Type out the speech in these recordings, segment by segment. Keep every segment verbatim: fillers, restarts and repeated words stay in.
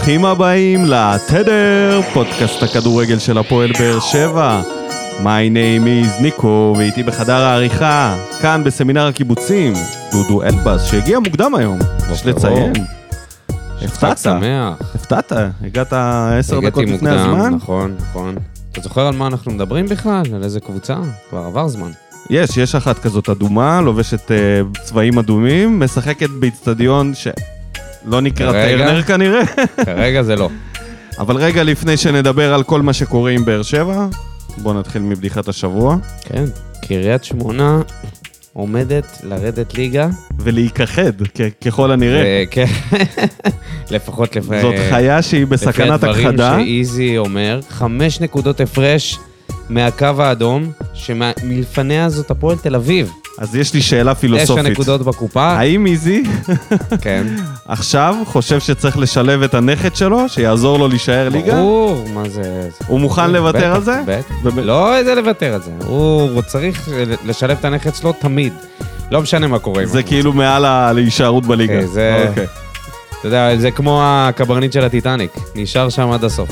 ברוכים הבאים לתדר, פודקאסט הכדורגל של הפועל באר שבע. My name is ניקו, ואיתי בחדר העריכה, כאן בסמינר הקיבוצים, דודו אלבאס, שהגיע מוקדם היום, יש לציין. הפתעת, הפתעת, הגעת עשר דקות לפני הזמן. נכון, נכון. אתה זוכר על מה אנחנו מדברים בכלל? על איזה קבוצה? כבר עבר זמן. יש, יש אחת כזאת אדומה, לובשת uh, צבעים אדומים, משחקת באצטדיון שלא נקרא טרנר כנראה. כרגע זה לא. אבל רגע לפני שנדבר על כל מה שקורה עם באר שבע, בואו נתחיל מבדיחת השבוע. כן, קריית שמונה עומדת לרדת ליגה. ולהיכחד, ככל הנראה. כן, לפחות לפי... זאת חיה שהיא בסכנת הכחדה. לפי הדברים שאיזי אומר, חמש נקודות הפרש מהקו האדום, שמלפניה זאת הפועל תל אביב. אז יש לי שאלה פילוסופית. תשע נקודות בקופה. האם איזי כן. עכשיו חושב שצריך לשלב את הנכד שלו, שיעזור לו להישאר ליגה? ברור, מה זה... הוא מוכן לוותר על זה? לא איזה לוותר על זה. הוא צריך לשלב את הנכד שלו תמיד. לא משנה מה קורה. זה כאילו מעל להישארות בליגה. זה... אתה יודע, זה כמו הקברניט של הטיטניק. נשאר שם עד הסוף.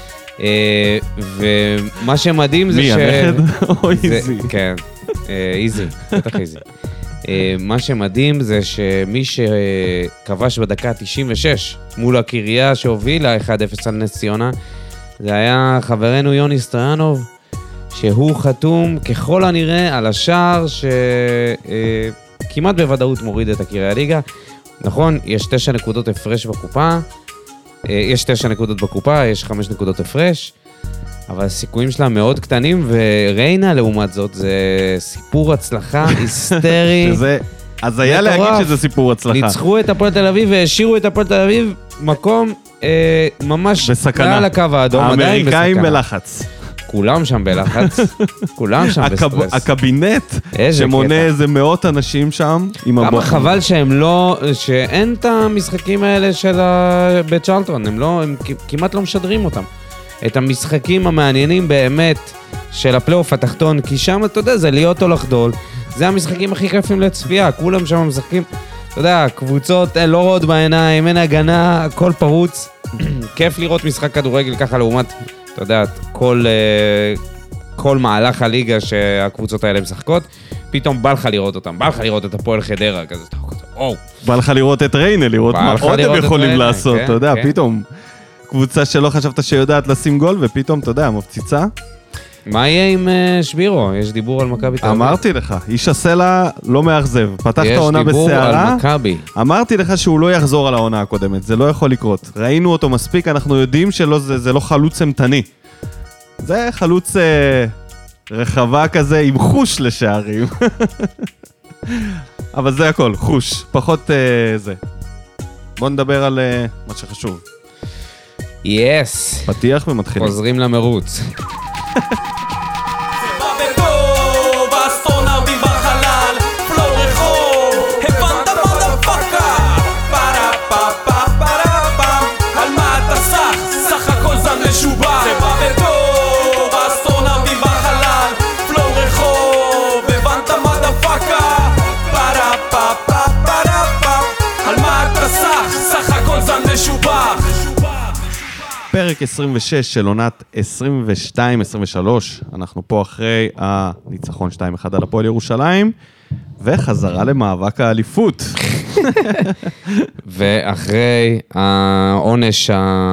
ומה שמדהים זה ש... מי, הנכד או איזי? כן, איזי, בטח איזי. מה שמדהים זה שמי שכבש בדקה תשעים ושש מול הקריה שהובילה אחד אפס על נס ציונה, זה היה חברנו יוני סטויאנוב, שהוא חתום ככל הנראה על השער שכמעט בוודאות מוריד את הקריה ליגה. נכון, יש תשע נקודות הפרש בקופה, יש תשע נקודות בקופה, יש חמש נקודות הפרש, אבל הסיכויים שלה מאוד קטנים, וריינה לעומת זאת זה סיפור הצלחה היסטרי. שזה, אז היה להגיד שזה סיפור הצלחה. ניצחו את הפועל תל אביב והשאירו את הפועל תל אביב מקום אה, ממש בסכנה. מעל הקו האדום. האמריקאים בלחץ. כולם שם בלחץ, כולם שם בסטרס. הקבינט שמונה איזה מאות אנשים שם. כמה חבל שהם לא, שאין את המשחקים האלה של בית צ'רלטון, הם לא, הם כמעט לא משדרים אותם. את המשחקים המעניינים באמת של הפלייאוף התחתון, כי שם אתה יודע, זה להיות או לחדול, זה המשחקים הכי כיפים לצפייה, כולם שם משחקים, אתה יודע, קבוצות לא רואות בעיניים, אין הגנה, הכל פרוץ, כיף לראות משחק כדורגל ככה לעומת, אתה יודע, כל, כל מהלך הליגה שהקבוצות האלה משחקות, פתאום בא לך לראות אותם, בא לך לראות את הפועל חדרה, כזה, או. בא לך לראות את ריינה, לראות מה עוד הם יכולים לעשות, אתה יודע, פתאום קבוצה שלא חשבת שיודעת לשים גול, ופתאום, אתה יודע, מפציצה. מה יהיה עם שבירו? יש דיבור על מכבי תל אביב. אמרתי לך, איש הסלע לא מאכזב. פתחת העונה בסערה. יש דיבור על מכבי. אמרתי לך שהוא לא יחזור על העונה הקודמת, זה לא יכול לקרות. ראינו אותו מספיק, אנחנו יודעים שזה לא חלוץ אמתני. זה חלוץ רחבה כזה עם חוש לשערים. אבל זה הכל, חוש, פחות זה. בוא נדבר על מה שחשוב. יס. פתיח ומתחילים. חוזרים למרוץ. פרק עשרים ושש של עונת עשרים ושתיים עשרים ושלוש, אנחנו פה אחרי הניצחון שתיים אחד על הפועל ירושלים, וחזרה למאבק האליפות. ואחרי העונש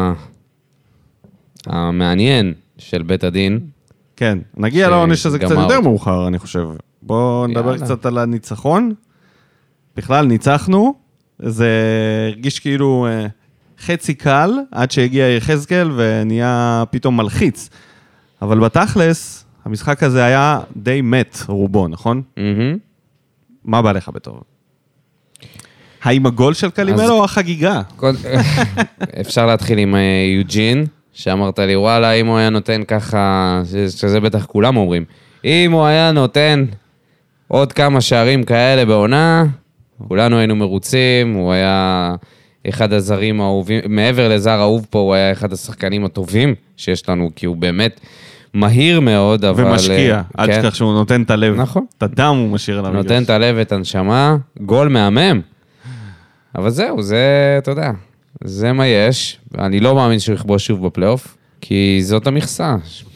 המעניין של בית הדין. כן, נגיע לעונש הזה קצת יותר מאוחר, אני חושב. בואו נדבר קצת על הניצחון. בכלל, ניצחנו, זה הרגיש כאילו... חצי קל, עד שהגיע יחזקאל ונהיה פתאום מלחיץ. אבל בתכלס, המשחק הזה היה די מת רובו, נכון? Mm-hmm. מה בא לך בטוב? האם הגול של קלימלו או החגיגה? אפשר להתחיל עם יוג'ין, שאמרת לי, וואלה, אם הוא היה נותן ככה, שזה בטח כולם אומרים, אם הוא היה נותן עוד כמה שערים כאלה בעונה, כולנו היינו מרוצים, הוא היה... אחד הזרים האהובים, מעבר לזר אהוב פה, הוא היה אחד השחקנים הטובים שיש לנו, כי הוא באמת מהיר מאוד, אבל... ומשקיע, עד שכך שהוא נותן את הלב. נכון. את הדם הוא משאיר על המגרש. נותן את הלב, את הנשמה, גול מהמם. אבל זהו, זה, אתה יודע, זה מה יש, אני לא מאמין שהוא יכבוש שוב בפלייאוף, כי זאת המכסה.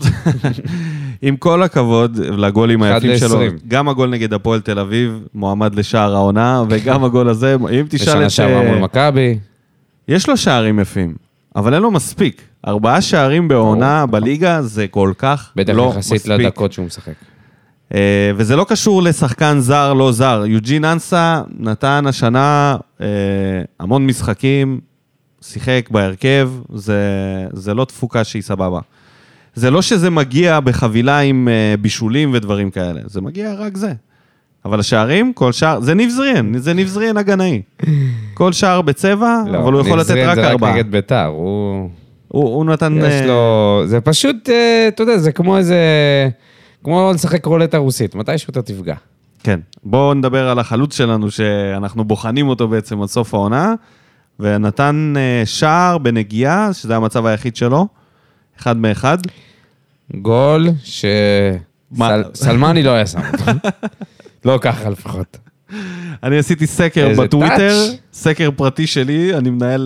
עם כל הכבוד לגולים היפים שלו, גם הגול נגד הפועל תל אביב, מועמד לשער העונה, וגם הגול הזה, אם תשאל את... בשנה שעברה מול מכבי. יש לו שערים יפים, אבל אין לו מספיק. ארבעה שערים בעונה בליגה, זה כל כך לא מספיק. בטח יחסית לדקות שהוא משחק. וזה לא קשור לשחקן זר, לא זר. יוג'ין אנסה נתן השנה המון משחקים, שיחק בהרכב, זה, זה לא תפוקה שהיא סבבה. זה לא שזה מגיע בחבילה עם בישולים ודברים כאלה, זה מגיע רק זה. אבל השערים, כל שער, זה נבזריאן, זה נבזריאן הגנאי. כל שער בצבע, לא, אבל הוא יכול לתת רק ארבעה. נבזריאן זה רק נגד ביתר, הוא... הוא, הוא נתן... יש לו... זה פשוט, אתה יודע, זה כמו איזה... כמו לשחק רולטה רוסית, מתישהו אתה תפגע. כן, בואו נדבר על החלוץ שלנו, שאנחנו בוחנים אותו בעצם עד סוף העונה, ונתן שער בנגיעה, שזה המצב היחיד שלו, אחד מאחד. גול ש... סל... סלמני לא היה שם אותו. לא ככה לפחות. אני עשיתי סקר בטוויטר, סקר פרטי שלי, אני מנהל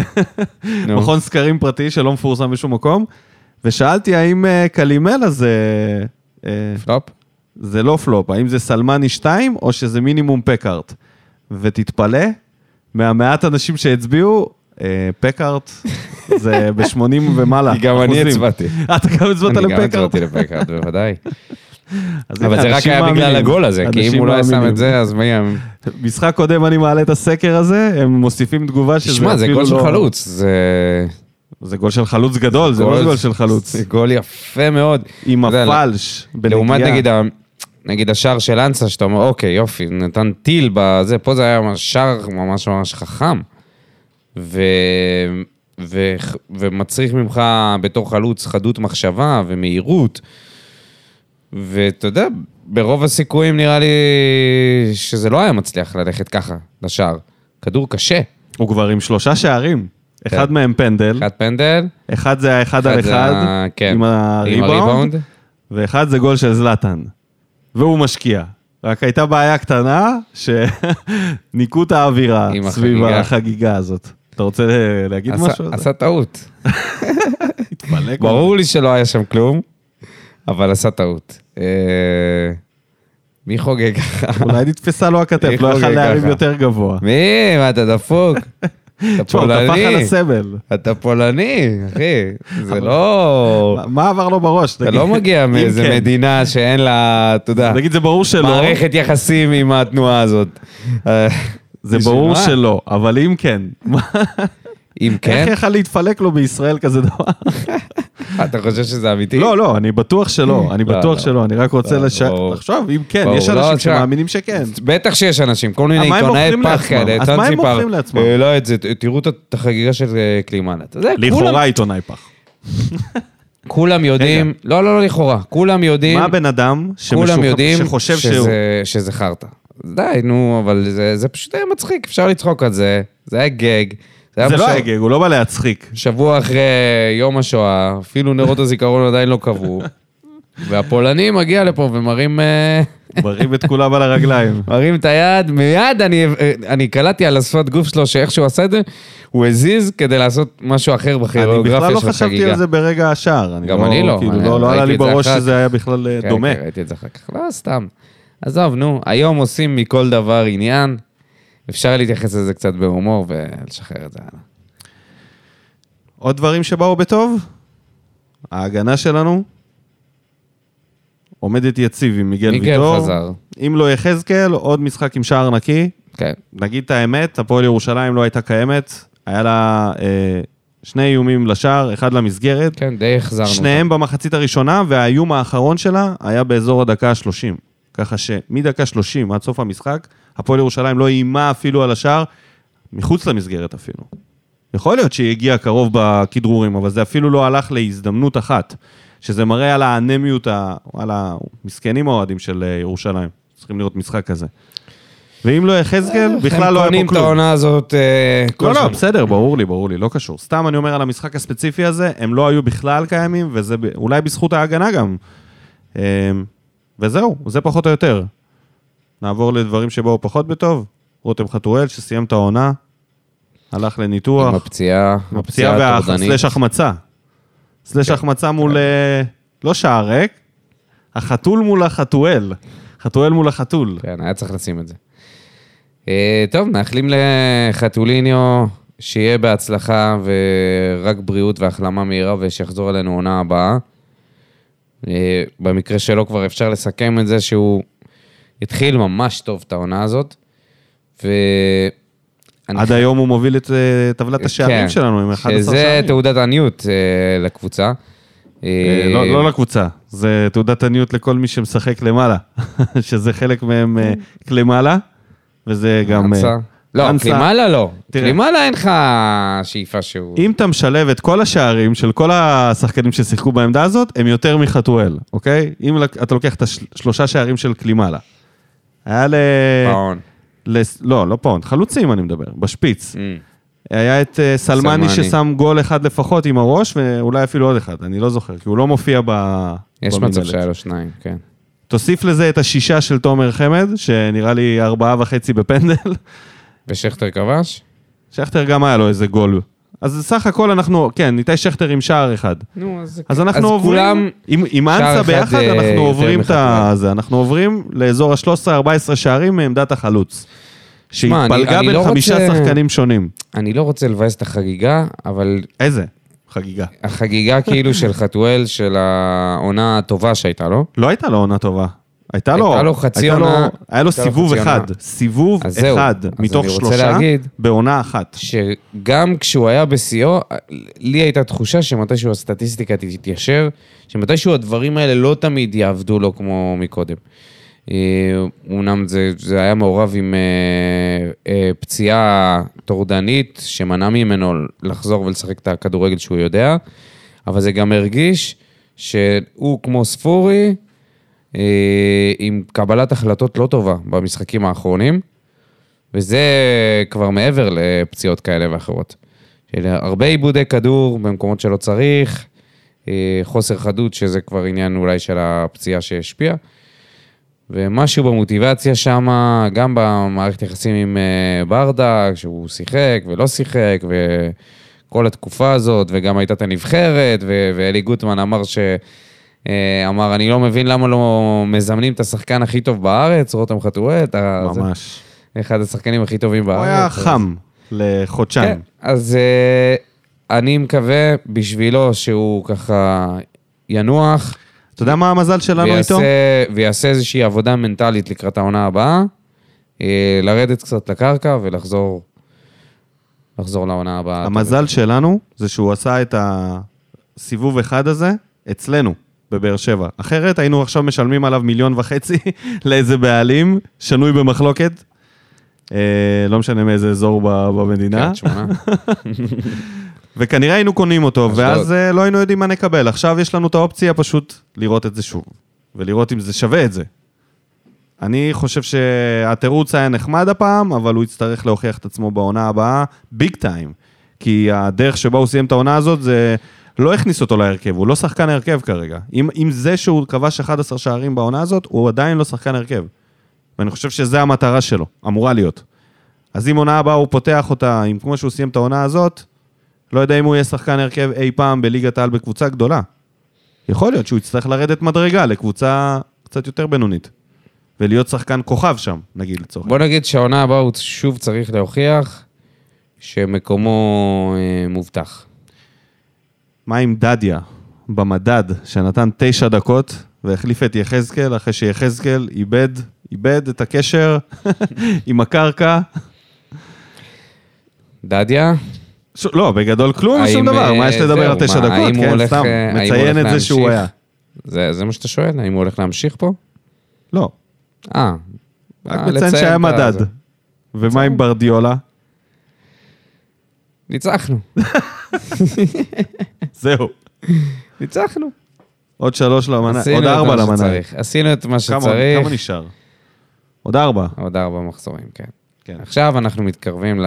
מכון סקרים פרטי שלא מפורסם בשום מקום, ושאלתי האם קלימלה זה... פלופ? זה לא פלופ, האם זה סלמני שתיים או שזה מינימום פקארט. ותתפלא, מהמעט אנשים שהצביעו, פקארט זה ב-שמונים ומעלה. גם אני הצבעתי. אתה גם הצבעת לפקארט? אני גם הצבעתי לפקארט, בוודאי. אבל זה רק היה בגלל הגול הזה, כי אם הוא לא היה שם את זה, אז מה יהיה? משחק קודם אני מעלה את הסקר הזה, הם מוסיפים תגובה שזה תשמע, זה גול של חלוץ, זה... זה גול של חלוץ גדול, זה לא גול של חלוץ. זה גול יפה מאוד. עם הפלש, בנגיעה. לעומת נגיד, נגיד השער של אנסה, שאתה אומר, אוקיי, יופי, נתן טיל בזה, פה זה היה שער ממש ממש חכם. ו... ו... ומצריך ממך בתור חלוץ חדות מחשבה ומהירות. ואתה יודע, ברוב הסיכויים נראה לי שזה לא היה מצליח ללכת ככה לשער. כדור קשה. הוא כבר עם שלושה שערים. אחד מהם פנדל. אחד פנדל. אחד זה האחד על אחד, עם הריבאונד, ואחד זה גול של זלטן. והוא משקיע. רק הייתה בעיה קטנה, שניקו את האווירה סביב החגיגה הזאת. אתה רוצה להגיד משהו? עשה טעות. ברור לי שלא היה שם כלום, אבל עשה טעות. מי חוגג ככה? אולי נתפסה לו הכתף, לא יכל להרים יותר גבוה. מי? מה, אתה דפוק? אתה פולני. אתה פח על הסבל. אתה פולני, אחי. זה לא... מה עבר לו בראש? אתה לא מגיע מאיזה מדינה שאין לה, אתה יודע... נגיד, זה ברור שלא. מערכת יחסים עם התנועה הזאת. זה ברור שלא, אבל אם כן. אם כן? איך יכל להתפלק לו בישראל כזה דבר? אתה חושב שזה אמיתי? לא, לא, אני בטוח שלא, אני בטוח שלא, אני רק רוצה לחשוב, אם כן, יש אנשים שמאמינים שכן. בטח שיש אנשים, כל מיני עיתונאי פח כאלה. אז מה הם מוכרים לעצמם? לא, תראו את החגיגה של קלימנה. לכאורה עיתונאי פח. כולם יודעים, לא, לא, לא לכאורה, כולם יודעים... מה בן אדם שחושב שהוא... שזה חרטה. די, נו, אבל זה פשוט היה מצחיק, אפשר לצחוק על זה, זה היה גג. זה לא היה גג, הוא לא בא להצחיק. שבוע אחרי יום השואה, אפילו נרות הזיכרון עדיין לא קבעו, והפולנים מגיע לפה ומראים... מראים את כולם על הרגליים. מראים את היד, מיד אני, אני קלטתי על השפת גוף שלו, שאיך שהוא עשה את זה, הוא הזיז כדי לעשות משהו אחר בכירוגרפיה של החגיגה. אני בכלל לא חשבתי על זה ברגע השער. גם אני לא. לא עלה לי בראש שזה היה בכלל דומה. כן, ראיתי את זה אחר כך. לא, סתם. עזוב, נו, היום עושים מכל דבר עניין, אפשר להתייחס לזה קצת בהומור ולשחרר את זה. עוד דברים שבאו בטוב? ההגנה שלנו עומדת יציב עם מיגל ויטור. מיגל חזר. אם לא יחזקאל, עוד משחק עם שער נקי. כן. נגיד את האמת, הפועל ירושלים לא הייתה קיימת, היה לה אה, שני איומים לשער, אחד למסגרת. כן, די החזרנו. שניהם במחצית הראשונה, והאיום האחרון שלה היה באזור הדקה ה-שלושים. ככה שמדקה שלושים עד סוף המשחק, הפועל ירושלים לא אימה אפילו על השער, מחוץ למסגרת אפילו. יכול להיות שהיא הגיעה קרוב בכדרורים, אבל זה אפילו לא הלך להזדמנות אחת, שזה מראה על האנמיות, על המסכנים האוהדים של ירושלים. צריכים לראות משחק כזה. ואם לא יחזקאל, בכלל לא היה פה כלום. הם קונים את העונה הזאת... לא, לא, בסדר, ברור לי, ברור לי, לא קשור. סתם אני אומר על המשחק הספציפי הזה, הם לא היו בכלל קיימים, וזה אולי בזכות ההגנה גם. וזהו, זה פחות או יותר. נעבור לדברים שבאו פחות בטוב. רותם חתואל שסיים את העונה. הלך לניתוח. עם הפציעה, עם הפציעה והסלש החמצה. סלש החמצה מול, לא שער ריק, החתול מול החתואל. חתואל מול החתול. כן, היה צריך לשים את זה. טוב, מאחלים לחתוליניו שיהיה בהצלחה ורק בריאות והחלמה מהירה ושיחזור אלינו עונה הבאה. במקרה שלו כבר אפשר לסכם את זה שהוא התחיל ממש טוב את העונה הזאת. ו... עד היום הוא מוביל את טבלת השערים שלנו עם אחד עשר שערים. שזה תעודת עניות לקבוצה. לא לקבוצה, זה תעודת עניות לכל מי שמשחק למעלה, שזה חלק מהם כלמעלה, וזה גם... לא, כלימעלה לא. כלימעלה אין לך שאיפה שהוא... אם אתה משלב את כל השערים של כל השחקנים ששיחקו בעמדה הזאת, הם יותר מחתואל, אוקיי? אם אתה לוקח את השלושה שערים של כלימעלה. היה ל... פאון. לא, לא פאון, חלוצים אני מדבר, בשפיץ. היה את סלמני ששם גול אחד לפחות עם הראש, ואולי אפילו עוד אחד, אני לא זוכר, כי הוא לא מופיע במינלת. יש מצב שהיה לו שניים, כן. תוסיף לזה את השישה של תומר חמד, שנראה לי ארבעה וחצי בפנדל. ושכתר כבש? שכתר גם היה לו איזה גול. אז סך הכל אנחנו, כן, ניתי שכתר עם שער אחד. נו, אז, אז אנחנו אז עוברים, כולם עם, עם אנסה ביחד, אנחנו עוברים את זה, אנחנו עוברים לאזור ה-שלוש עשרה ארבע עשרה שערים מעמדת החלוץ. שהתפלגה בין לא חמישה רוצה... שחקנים שונים. אני לא רוצה לבאס את החגיגה, אבל... איזה? חגיגה. החגיגה כאילו של חתואל, של העונה הטובה שהייתה לו. לא הייתה לו עונה טובה. הייתה לו, הייתה לו חצי עונה. היה לו סיבוב אחד. סיבוב אחד מתוך שלושה בעונה אחת. שגם כשהוא היה בסיוע, לי הייתה תחושה שמתישהו הסטטיסטיקה תתיישר, שמתישהו הדברים האלה לא תמיד יעבדו לו כמו מקודם. אומנם זה, זה היה מעורב עם אה, אה, פציעה טורדנית שמנע ממנו לחזור ולשחק את הכדורגל שהוא יודע, אבל זה גם הרגיש שהוא כמו ספורי אה, עם קבלת החלטות לא טובה במשחקים האחרונים, וזה כבר מעבר לפציעות כאלה ואחרות. הרבה עיבודי כדור במקומות שלא צריך, אה, חוסר חדות שזה כבר עניין אולי של הפציעה שהשפיעה, ומשהו במוטיבציה שם, גם במערכת יחסים עם ברדה, שהוא שיחק ולא שיחק, וכל התקופה הזאת, וגם הייתה את הנבחרת, ואלי גוטמן אמר ש... אמר, אני לא מבין למה לא מזמנים את השחקן הכי טוב בארץ, רותם חתואל, ממש. אחד השחקנים הכי טובים בארץ. הוא היה חם לחודשיים. כן, אז אני מקווה בשבילו שהוא ככה ינוח, אתה יודע מה המזל שלנו ויעשה, איתו? ויעשה איזושהי עבודה מנטלית לקראת העונה הבאה, לרדת קצת לקרקע ולחזור לחזור לעונה הבאה. המזל שלנו זה שהוא עשה את הסיבוב אחד הזה אצלנו, בבאר שבע. אחרת היינו עכשיו משלמים עליו מיליון וחצי לאיזה בעלים, שנוי במחלוקת. לא משנה מאיזה אזור במדינה. כן, שמונה. וכנראה היינו קונים אותו, ואז לא היינו יודעים מה נקבל. עכשיו יש לנו את האופציה פשוט לראות את זה שוב, ולראות אם זה שווה את זה. אני חושב שהתירוץ היה נחמד הפעם, אבל הוא יצטרך להוכיח את עצמו בעונה הבאה, ביג טיים. כי הדרך שבה הוא סיים את העונה הזאת, זה לא הכניס אותו להרכב, הוא לא שחקן הרכב כרגע. אם, אם זה שהוא כבש אחד עשר שערים בעונה הזאת, הוא עדיין לא שחקן הרכב. ואני חושב שזה המטרה שלו, אמורה להיות. אז אם עונה הבאה הוא פותח אותה, אם כמו שהוא סיים את העונה הזאת, לא יודע אם הוא יהיה שחקן הרכב אי פעם בליגת העל בקבוצה גדולה. יכול להיות שהוא יצטרך לרדת מדרגה לקבוצה קצת יותר בינונית. ולהיות שחקן כוכב שם, נגיד לצורך. בוא נגיד שהעונה הבאה הוא שוב צריך להוכיח שמקומו אה, מובטח. מה עם דדיה במדד שנתן תשע דקות והחליף את יחזקאל אחרי שיחזקאל איבד, איבד את הקשר עם הקרקע? דדיה? ש... לא, בגדול כלום שום דבר, מה יש לדבר על תשע דקות? כן, סתם, מציין את זה שהוא היה. זה, זה מה שאתה שואל, האם הוא הולך להמשיך פה? לא. אה. רק מציין שהיה מדד. ומה עם ברדיולה? ניצחנו. זהו. ניצחנו. עוד שלוש למנה, עוד ארבע למנה. עשינו את מה שצריך. כמה נשאר? עוד ארבע. עוד ארבע מחזורים, כן. כן. עכשיו אנחנו מתקרבים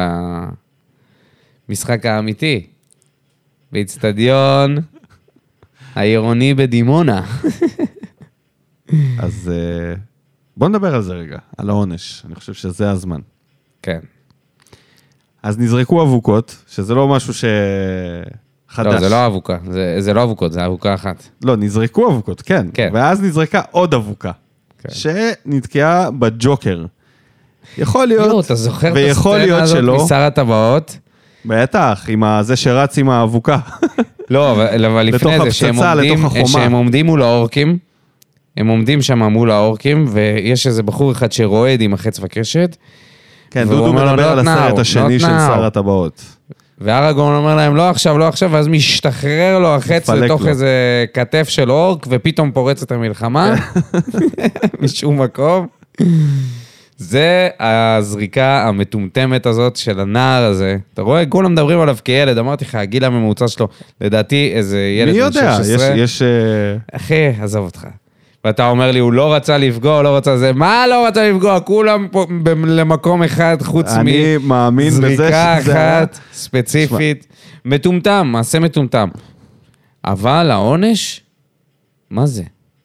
למשחק האמיתי. באצטדיון העירוני בדימונה. אז בוא נדבר על זה רגע, על העונש. אני חושב שזה הזמן. כן. אז נזרקו אבוקות, שזה לא משהו ש... חדש. לא, זה לא אבוקה, זה, זה לא אבוקות, זה אבוקה אחת. לא, נזרקו אבוקות, כן. כן. ואז נזרקה עוד אבוקה, כן. שנתקעה בג'וקר. יכול להיות, לא, אתה זוכר ויכול את להיות הסצנה שלא. הזאת משר הטבעות? בטח, עם זה שרץ עם האבוקה. לא, אבל לפני זה, שהם עומדים, שהם עומדים מול האורקים, הם עומדים שם מול האורקים, ויש איזה בחור אחד שרועד עם החץ וקשת. כן, דודו מדבר על הסרט השני של שר הטבעות. והארגון אומר להם, לא עכשיו, לא עכשיו, ואז משתחרר לו החץ לתוך איזה כתף של אורק, ופתאום פורץ את המלחמה, משום מקום. זה הזריקה המטומטמת הזאת של הנער הזה. אתה רואה, כולם מדברים עליו כילד, אמרתי לך, הגיל הממוצע שלו, לדעתי איזה ילד בן שש עשרה. מי יודע, יש... אחי, עזוב אותך. ואתה אומר לי, הוא לא רצה לפגוע, לא רצה זה, מה לא רצה לפגוע? כולם פה למקום אחד, חוץ מזריקה אחת, ספציפית, מטומטם, מעשה מטומטם. אבל העונש, מה זה?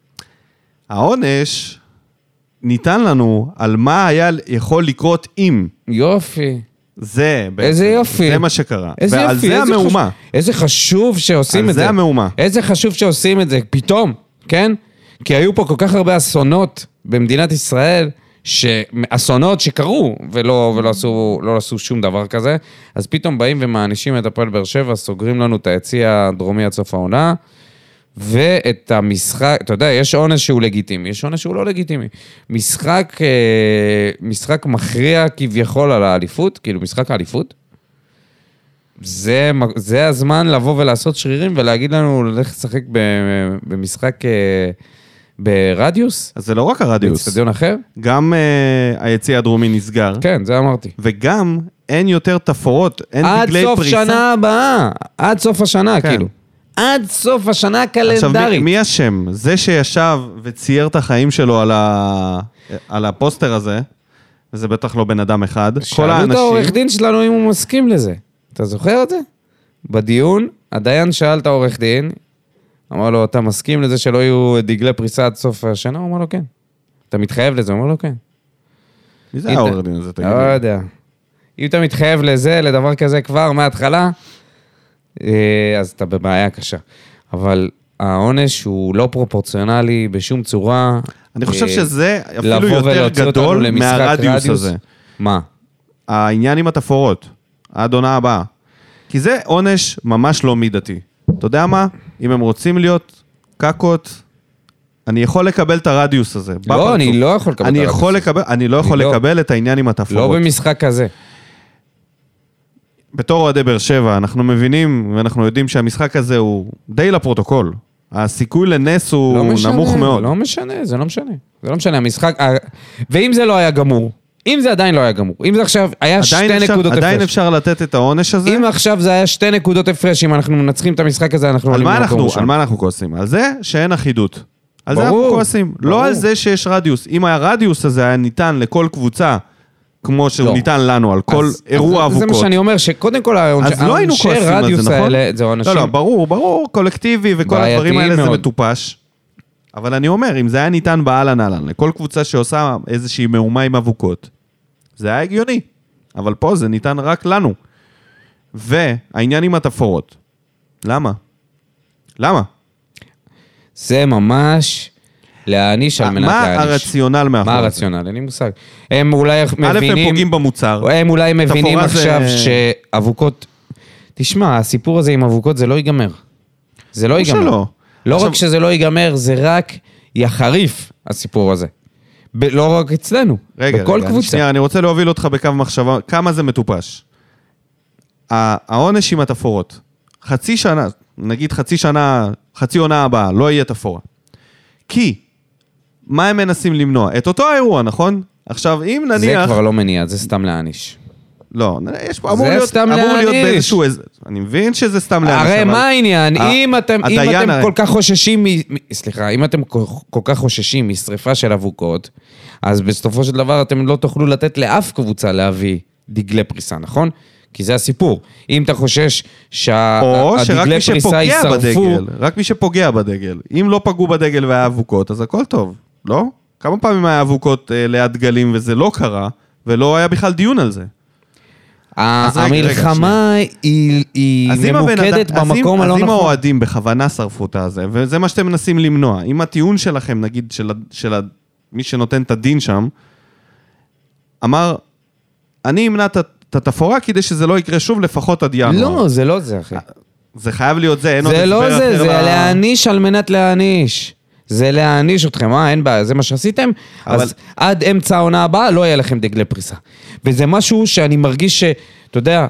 העונש ניתן לנו על מה היה יכול לקרות אם. יופי. זה, איזה יופי. זה מה שקרה. איזה ועל יופי. זה המהומה. איזה חשוב שעושים את זה. על זה המהומה. איזה חשוב שעושים את זה, פתאום, כן? כי היו פה כל כך הרבה אסונות במדינת ישראל, אסונות שקרו ולא, ולא עשו, לא עשו שום דבר כזה, אז פתאום באים ומענישים את הפועל באר שבע, סוגרים לנו את היציע הדרומי עד סוף העונה, ואת המשחק, אתה יודע, יש עונש שהוא לגיטימי, יש עונש שהוא לא לגיטימי. משחק, משחק מכריע כביכול על האליפות, כאילו משחק האליפות, זה, זה הזמן לבוא ולעשות שרירים ולהגיד לנו ללכת לשחק במשחק ברדיוס. אז זה לא רק הרדיוס. בסטדיון אחר. גם uh, היציע הדרומי נסגר. כן, זה אמרתי. וגם אין יותר תפורות, אין דגלי פריסה. עד סוף שנה הבאה, עד סוף השנה, כן. כאילו. עד סוף השנה הקלנדרית. עכשיו, מי, מי השם? זה שישב וצייר את החיים שלו על, ה... על הפוסטר הזה, וזה בטח לא בן אדם אחד. שאלו האנשים... את העורך דין שלנו אם הוא מסכים לזה. אתה זוכר את זה? בדיון, הדיין שאל את העורך דין, אמר לו, אתה מסכים לזה שלא יהיו דגלי פריסה עד סוף השנה? הוא אמר לו, כן. אתה מתחייב לזה? הוא אמר לו, כן. מי זה העורך דין הזה? לא יודע. אם אתה מתחייב לזה, לדבר כזה כבר מההתחלה, אז אתה בבעיה קשה. אבל העונש הוא לא פרופורציונלי בשום צורה. אני חושב שזה אפילו יותר גדול מהרדיוס הזה. מה? העניין עם התפורות, עד עונה הבאה. כי זה עונש ממש לא מידתי. אתה יודע מה? אם הם רוצים להיות קקות, אני יכול לקבל את הרדיוס הזה. לא, אני לא יכול לקבל את הרדיוס. אני לא יכול לקבל את העניין עם התפורות. לא במשחק כזה. בתור אוהדי באר שבע, אנחנו מבינים ואנחנו יודעים שהמשחק הזה הוא די לפרוטוקול. הסיכוי לנס הוא לא משנה, נמוך מאוד. לא משנה, זה לא משנה. זה לא משנה, המשחק... ואם זה לא היה גמור, אם זה עדיין לא היה גמור, אם זה עכשיו היה שתי אפשר, נקודות הפרש. עדיין אפשר לתת את העונש הזה? אם עכשיו זה היה שתי נקודות הפרש, אם אנחנו מנצחים את המשחק הזה, אנחנו... על מה אנחנו, על מה אנחנו כועסים? על זה שאין אחידות. על ברור, זה אנחנו כועסים. ברור. לא על זה שיש רדיוס. אם הרדיוס הזה היה ניתן לכל קבוצה, כמו שהוא לא. ניתן לנו, על כל אז, אירוע אבוקות. זה מה שאני אומר, שקודם כל אז לא היינו כועסים על זה, נכון? האלה, זה אנשים... לא, לא, ברור, ברור, קולקטיבי וכל הדברים האלה מאוד. זה מטופש. אבל אני אומר, אם זה היה ניתן באלן אלן, לכל קבוצה שעושה איזושהי מהומה עם אבוקות, זה היה הגיוני. אבל פה זה ניתן רק לנו. והעניין עם התפורות. למה? למה? זה ממש... להעניש על מנת להעניש. מה הרציונל מאחורי? מה הרציונל? אין לי מושג. הם אולי מבינים... א' הם פוגעים במוצר. הם אולי מבינים עכשיו שאבוקות... תשמע, הסיפור הזה עם אבוקות זה לא ייגמר. זה לא ייגמר. שלא. לא רק שזה לא ייגמר, זה רק יחריף הסיפור הזה. לא רק אצלנו. רגע, רגע, שנייה, אני רוצה להוביל אותך בקו מחשבה. כמה זה מטופש? העונש עם התפורות. חצי שנה, נגיד חצי שנה, חצי עונה הבאה, לא יהיה תפורה. כי, מה הם מנסים למנוע? את אותו האירוע, נכון? עכשיו, אם נניח... זה כבר לא מניע, זה סתם להעניש. לא, יש פה, אמור להיות, אמור להיות באיזשהו... אני מבין שזה סתם להעניש. הרי מה העניין? אם אתם כל כך חוששים... סליחה, אם אתם כל כך חוששים משריפה של אבוקות, אז בסופו של דבר אתם לא תוכלו לתת לאף קבוצה להביא דגלי פריסה, נכון? כי זה הסיפור. אם אתה חושש שהדגלי פריסה יישרפו... רק מי שפוגע בדגל. אם לא פגעו בדגל והיה אבוקות, אז הכל טוב, לא? כמה פעמים היה אבוקות ליד דגלים וזה לא קרה, ולא היה בכלל דיון על זה. המלחמה היא ממוקדת במקום הלא נכון. אז אם האוהדים בכוונה שרפו את הזה, וזה מה שאתם מנסים למנוע, אם הטיעון שלכם, נגיד, של מי שנותן את הדין שם, אמר, אני אמנע את התפאורה כדי שזה לא יקרה שוב לפחות עד ינואר. לא, זה לא זה, אחי. זה חייב להיות זה, אין עוד הסבר אחר. זה לא זה, זה להעניש על מנת להעניש. זה להעניש אתכם, אה? אין בעיה, זה מה שעשיתם. אז עד אמצע העונה הבאה לא יהיה לכם דגלי פריסה. וזה משהו שאני מרגיש ש, אתה יודע,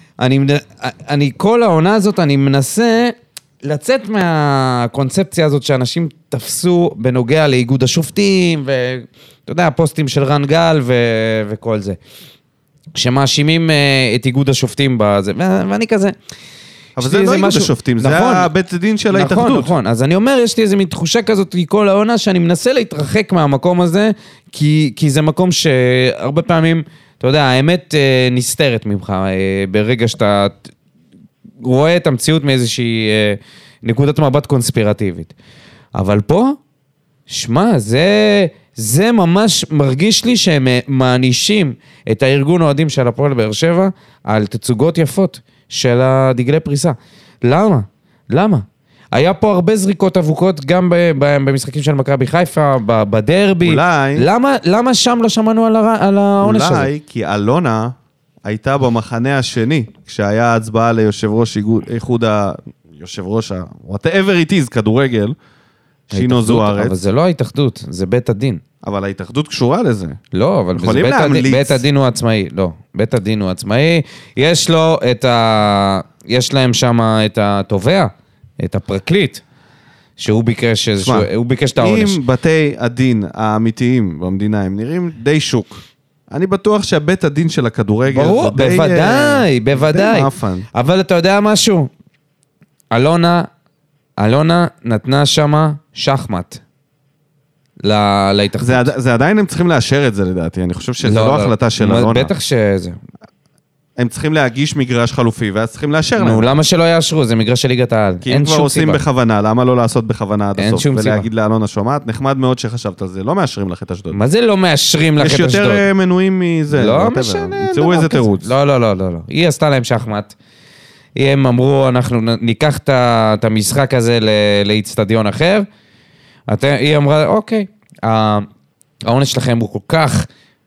אני כל העונה הזאת, אני מנסה לצאת מהקונספציה הזאת שאנשים תפסו בנוגע לאיגוד השופטים, ואתה יודע, הפוסטים של רן גל וכל זה. שמאשימים את איגוד השופטים בזה, ואני כזה... אבל זה לא איגוד השופטים, זה הבית הדין של ההתאחדות. נכון, נכון. אז אני אומר, יש לי איזו תחושה כזאת כל העונה, שאני מנסה להתרחק מהמקום הזה, כי זה מקום שהרבה פעמים, אתה יודע, האמת נסתרת ממך, ברגע שאתה רואה את המציאות מאיזושהי נקודת מבט קונספירטיבית. אבל פה, שמה, זה... זה ממש מרגיש לי שהם מענישים את הארגון אוהדים של הפועל באר שבע על תצוגות יפות של הדגלי פריסה. למה? למה? היה פה הרבה זריקות אבוקות גם במשחקים של מכבי חיפה, בדרבי. אולי... למה, למה שם לא שמענו על, הר... על העונש הזה? אולי כי אלונה הייתה במחנה השני, כשהיה הצבעה ליושב ראש איחוד ה... יושב ראש ה... whatever it is, כדורגל, שינו זוארץ. אבל זה לא ההתאחדות, זה בית הדין. אבל ההתאחדות קשורה לזה. לא, אבל בית, הדין, בית הדין הוא עצמאי. לא, בית הדין הוא עצמאי. יש לו את ה... יש להם שם את התובע, את הפרקליט, שהוא ביקש, שמה, שהוא ביקש את העונש. אם בתי הדין האמיתיים במדינה הם נראים די שוק, אני בטוח שהבית הדין של הכדורגל... ברור, בוודאי, די, בוודאי. די מאפן. אבל אתה יודע משהו? אלונה... אלונה נתנה שמה שחמט להתאחדות. זה, זה עדיין הם צריכים לאשר את זה לדעתי, אני חושב שזה לא, לא החלטה של אלונה. בטח שזה. הם צריכים להגיש מגרש חלופי, ואז צריכים לאשר להם. נו, למה שלא יאשרו? זה מגרש של ליגת העל. כי אם כבר עושים בכוונה, למה לא לעשות בכוונה עד הסוף? ולהגיד לאלונה שומעת, נחמד מאוד שחשבת על זה, לא מאשרים לך את אשדוד. מה זה לא מאשרים לך את אשדוד? יש יותר מנויים מזה. לא משנה. ימצאו איזה תירוץ. לא, לא, לא, לא. היא עשתה להם שחמט. הם אמרו, אנחנו ניקח את המשחק הזה לאצטדיון אחר. היא אמרה, אוקיי, העונש שלכם הוא כל כך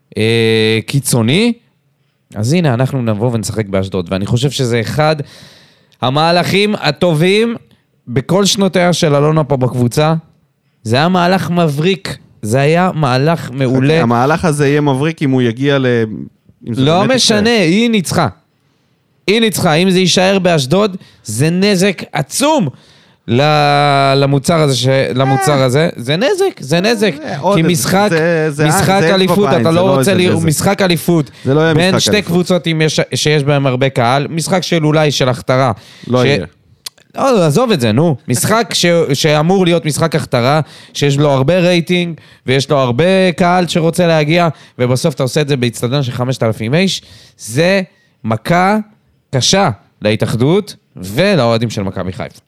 קיצוני, אז הנה, אנחנו נבוא ונשחק באשדוד. ואני חושב שזה אחד המהלכים הטובים בכל שנותיה של אלונה פה בקבוצה. זה היה מהלך מבריק, זה היה מהלך מעולה. המהלך הזה יהיה מבריק אם הוא יגיע ל... לא משנה, היא ניצחה. היא ניצחה, אם זה יישאר באשדוד, זה נזק עצום למוצר הזה, למוצר הזה, זה נזק, זה נזק, כי משחק, משחק אליפות, אתה לא רוצה לראות, משחק אליפות, בין שתי קבוצות שיש בהם הרבה קהל, משחק של אולי של הכתרה, לא יהיה. לא, עזוב את זה, נו. משחק שאמור להיות משחק הכתרה, שיש לו הרבה רייטינג, ויש לו הרבה קהל שרוצה להגיע, ובסוף אתה עושה את זה באצטדיון של חמשת אלפים איש, זה מכה קשה להתאחדות ולאוהדים של מכבי חיפה.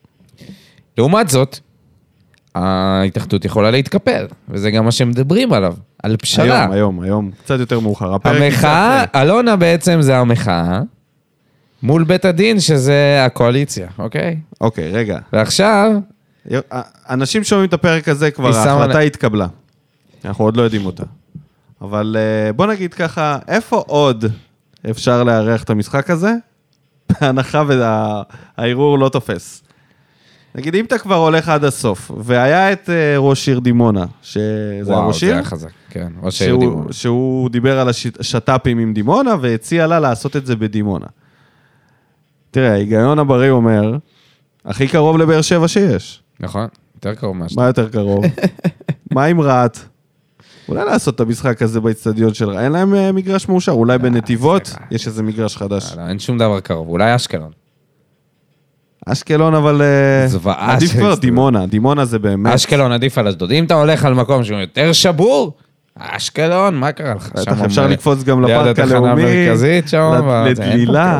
לעומת זאת, ההתאחדות יכולה להתקפל, וזה גם מה שמדברים עליו, על פשרה. היום, היום, היום, קצת יותר מאוחר. המחאה, אלונה בעצם זה המחאה, מול בית הדין שזה הקואליציה, אוקיי? אוקיי, רגע. ועכשיו... אנשים שומעים את הפרק הזה כבר, ההחלטה התקבלה. אנחנו עוד לא יודעים אותה. אבל בוא נגיד ככה, איפה עוד אפשר לארח את המשחק הזה? בהנחה והערעור לא תופס. נגיד, אם אתה כבר הולך עד הסוף, והיה את ראש עיר דימונה, שזה ראש עיר? וואו, זה היה חזק, כן, ראש עיר דימונה. שהוא דיבר על השטאפים עם דימונה, והציע לה לעשות את זה בדימונה. תראה, ההיגיון הבריא אומר, הכי קרוב לבאר שבע שיש. נכון, יותר קרוב מהשטאפ. מה יותר קרוב? מה עם רעת? אולי לעשות את המשחק הזה באצטדיון של רעת? אין להם מגרש מאושר, אולי בנתיבות יש איזה מגרש חדש. אין שום דבר קרוב, אולי אשקלון. אשקלון, אבל עדיף כבר דימונה, דימונה זה באמת... אשקלון עדיף על אשדוד. אם אתה הולך על מקום שהוא יותר שבור, אשקלון, מה קרה לך? אפשר לקפוץ גם לפארק הלאומי, לדלילה,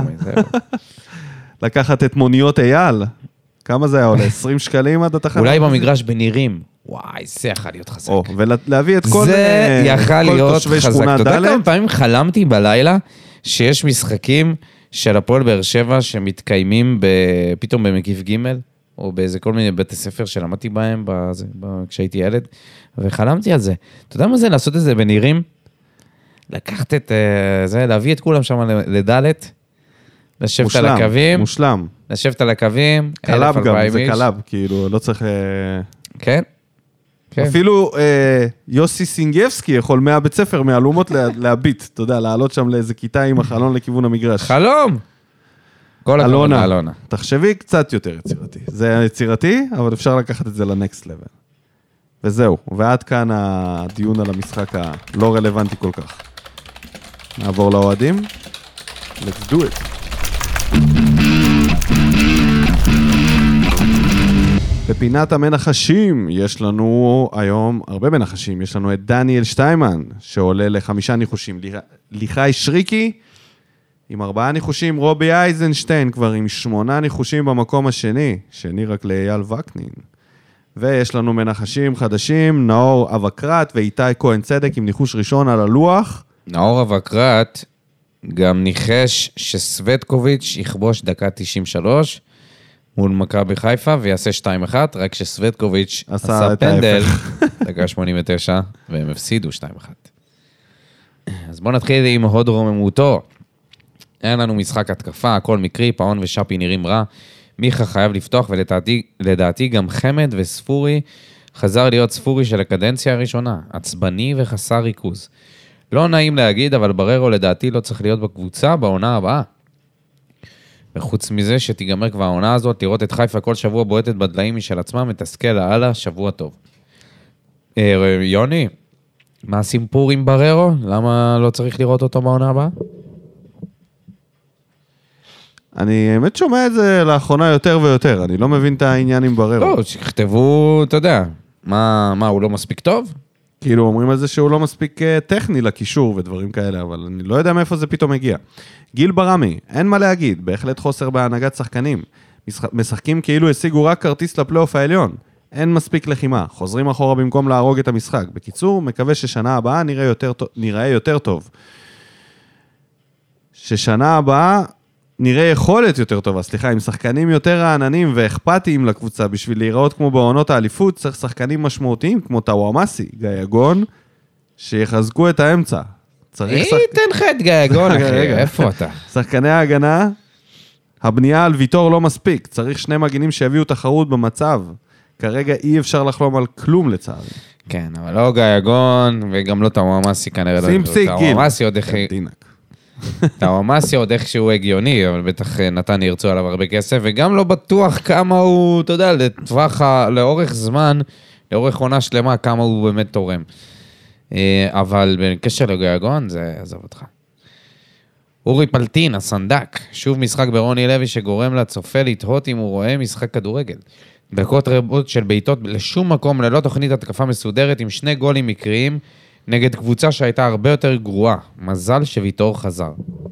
לקחת את מוניות אייל. כמה זה היה עולה? עשרים שקלים עד התחנה? אולי במגרש בנירים. וואי, זה יכול להיות חזק. ולהביא את כל תושבי שכונה ד'. זה יכול להיות חזק. אתה יודע כמה פעמים חלמתי בלילה, שיש משחקים של הפועל באר שבע שמתקיימים פתאום במקיף ג' או באיזה כל מיני בתי ספר שלמדתי בהם כשהייתי ילד, וחלמתי על זה. אתה יודע מה זה לעשות את זה בנירים? לקחת את זה, להביא את כולם שם לדלת, לשבת על הקווים. מושלם. לשבת על הקווים. קלאב גם, זה קלאב, כאילו, לא צריך... כן. אפילו יוסי סינגבסקי יכול מהבית ספר, מהלומות להביט, אתה יודע, לעלות שם לאיזה כיתה עם החלון לכיוון המגרש. חלום! כל הכבוד לאלונה. תחשבי קצת יותר יצירתי. זה יצירתי, אבל אפשר לקחת את זה לנקסט לבל. וזהו, ועד כאן הדיון על המשחק הלא רלוונטי כל כך. נעבור לאוהדים. Let's do it. בפינת המנחשים, יש לנו היום הרבה מנחשים, יש לנו את דניאל שטיימן, שעולה לחמישה ניחושים, ליחי שריקי, עם ארבעה ניחושים, רובי אייזנשטיין, כבר עם שמונה ניחושים במקום השני, שני רק לאייל וקנין, ויש לנו מנחשים חדשים, נאור אבקרט ואיתי כהן צדק, עם ניחוש ראשון על הלוח. נאור אבקרט גם ניחש שסווטקוביץ' יכבוש דקה תשעים ושלוש, מול מכבי חיפה, ויעשה שתיים אחת, רק שסווטקוביץ' עשה פנדל, דקה שמונים ותשע, והם הפסידו שתיים אחת. אז בואו נתחיל עם הוד רוממותו. אין לנו משחק התקפה, הכל מקרי, פאון ושפי נראים רע. מיכה חייב לפתוח, ולדעתי גם חמד וספורי חזר להיות ספורי של הקדנציה הראשונה, עצבני וחסר ריכוז. לא נעים להגיד, אבל בררו לדעתי לא צריך להיות בקבוצה בעונה הבאה. וחוץ מזה שתיגמר כבר העונה הזאת, לראות את חיפה כל שבוע בועטת בדליים משל עצמה, מתסכל להלאה, שבוע טוב. אה, יוני, מה הסיפור עם בררו? למה לא צריך לראות אותו בעונה הבאה? אני באמת שומע את זה לאחרונה יותר ויותר, אני לא מבין את העניין עם בררו. לא, שכתבו, אתה יודע, מה, מה, הוא לא מספיק טוב? כאילו אומרים על זה שהוא לא מספיק טכני לקישור ודברים כאלה, אבל אני לא יודע מאיפה זה פתאום הגיע. גיל ברמי, אין מה להגיד, בהחלט חוסר בהנהגת שחקנים. משחקים כאילו השיגו רק כרטיס לפלייאוף העליון. אין מספיק לחימה, חוזרים אחורה במקום להרוג את המשחק. בקיצור, מקווה ששנה הבאה נראה יותר, נראה יותר טוב. ששנה הבאה נראה יכולת יותר טובה, סליחה, עם שחקנים יותר רעננים ואכפתיים לקבוצה, בשביל להיראות כמו בעונות האליפות, צריך שחקנים משמעותיים, כמו טאוואמאסי, גייגון, שיחזקו את האמצע. היא תן לך את גייגון, אחי, איפה אתה? שחקני ההגנה, הבנייה על ויתור לא מספיק, צריך שני מגינים שיביאו תחרות במצב. כרגע אי אפשר לחלום על כלום לצערי. כן, אבל לא גייגון, וגם לא טאוואמאסי כנראה. סימפסיק גיל. טאוואמאסי עוד איך... טאוואמאסי עוד איכשהו הגיוני, אבל בטח נתן ירצו עליו הרבה כסף, וגם לא בטוח כמה הוא, אתה יודע, לטווח, לאורך זמן, לאורך עונה שלמה, כמה הוא באמת תורם. אבל בקשר לגייגון, זה עזוב אותך. אורי פלטין, הסנדק, שוב משחק ברוני לוי שגורם לצופה לתהות אם הוא רואה משחק כדורגל. דקות רבות של ביתות לשום מקום, ללא תוכנית התקפה מסודרת, עם שני גולים מקריים, נגד קבוצה שהייתה הרבה יותר גרועה. מזל שוויתור חזר.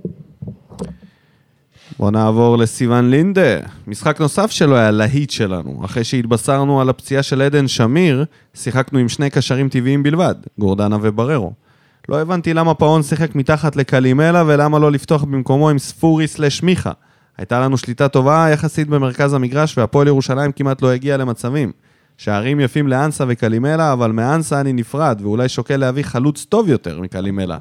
בוא נעבור לסיוון לינדה. משחק נוסף שלו היה להיט שלנו. אחרי שהתבשרנו על הפציעה של עדן שמיר, שיחקנו עם שני קשרים טבעיים בלבד, גורדנה ובררו. לא הבנתי למה פאון שיחק מתחת לקלימלה, ולמה לא לפתוח במקומו עם ספורי סלש מיכה. הייתה לנו שליטה טובה יחסית במרכז המגרש, והפועל ירושלים כמעט לא הגיע למצבים. שערים יפים לאנסה וקלימלה, אבל מאנסה אני נפרד, ואולי שוקל להביא חלוץ טוב יותר מקלימלה.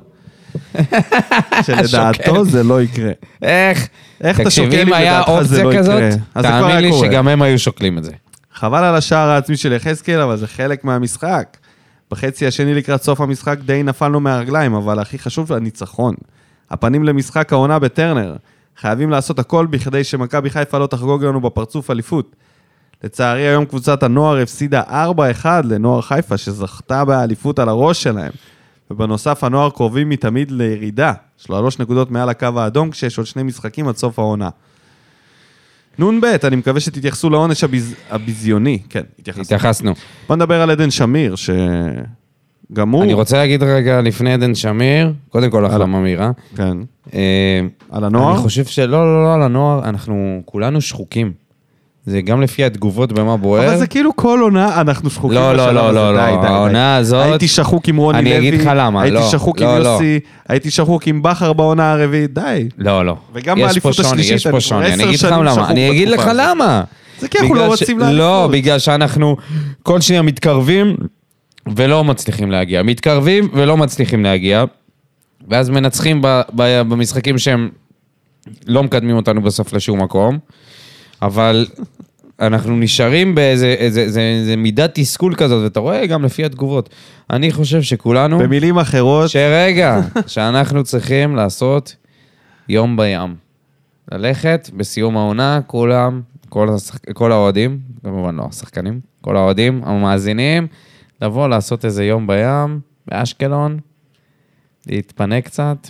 שלדעתו זה לא יקרה. איך? איך אתה שוקל אם לדעתך זה לא יקרה? תאמין לי שגם הם היו שוקלים את זה. חבל על השער העצמי של יחזקאל, אבל זה חלק מהמשחק. בחצי השני לקראת סוף המשחק די נפלנו מהרגליים, אבל הכי חשוב הניצחון. הפנים למשחק העונה בטרנר. חייבים לעשות הכל בכדי שמכבי חיפה לא תחגוג לנו בפרצוף אליפות. לצערי היום קבוצת הנוער הפסידה ארבע אחד לנוער חיפה שזכתה באליפות על הראש שלהם. ובנוסף הנוער קרובים מתמיד לירידה, שלוש נקודות מעל הקו האדום כשיש עוד שני משחקים עד סוף העונה. נון בית, אני מקווה שתתייחסו לעונש הביז... הביזיוני. כן, התייחסנו. התייחסנו. בוא נדבר על עדן שמיר, שגם הוא... אני רוצה להגיד רגע לפני עדן שמיר, קודם כל החלמה מהירה. כן. אה, על הנוער? אני חושב שלא, לא, לא, על הנוער, אנחנו כולנו שחוקים. זה גם לפי התגובות במה בוער. אבל זה כאילו כל עונה, אנחנו שחוקים לא, לא, לא, לא, לא, העונה הזאת... הייתי שחוק עם רוני לוי. אני אגיד לך למה, הייתי שחוק עם יוסי, הייתי שחוק עם בחר בעונה הרביעית, די. לא, לא. וגם באליפות השלישית, יש פה שוני, אני אגיד לך למה. אני אגיד לך למה. זה כי אנחנו לא רוצים לאליפות. לא, בגלל שאנחנו כל שניה מתקרבים ולא מצליחים להגיע. מתקרבים ולא מצליחים להגיע. ואז מנצחים במשחקים שהם לא מקדמים אותנו בסוף לשום מקום. אבל אנחנו נשארים באיזה איזה, איזה, איזה מידת תסכול כזאת, ואתה רואה גם לפי התגובות. אני חושב שכולנו... במילים אחרות... שרגע, שאנחנו צריכים לעשות יום בים. ללכת בסיום העונה, כולם, כל, השח... כל האוהדים, כמובן לא השחקנים, כל האוהדים, המאזינים, לבוא לעשות איזה יום בים, באשקלון, להתפנה קצת.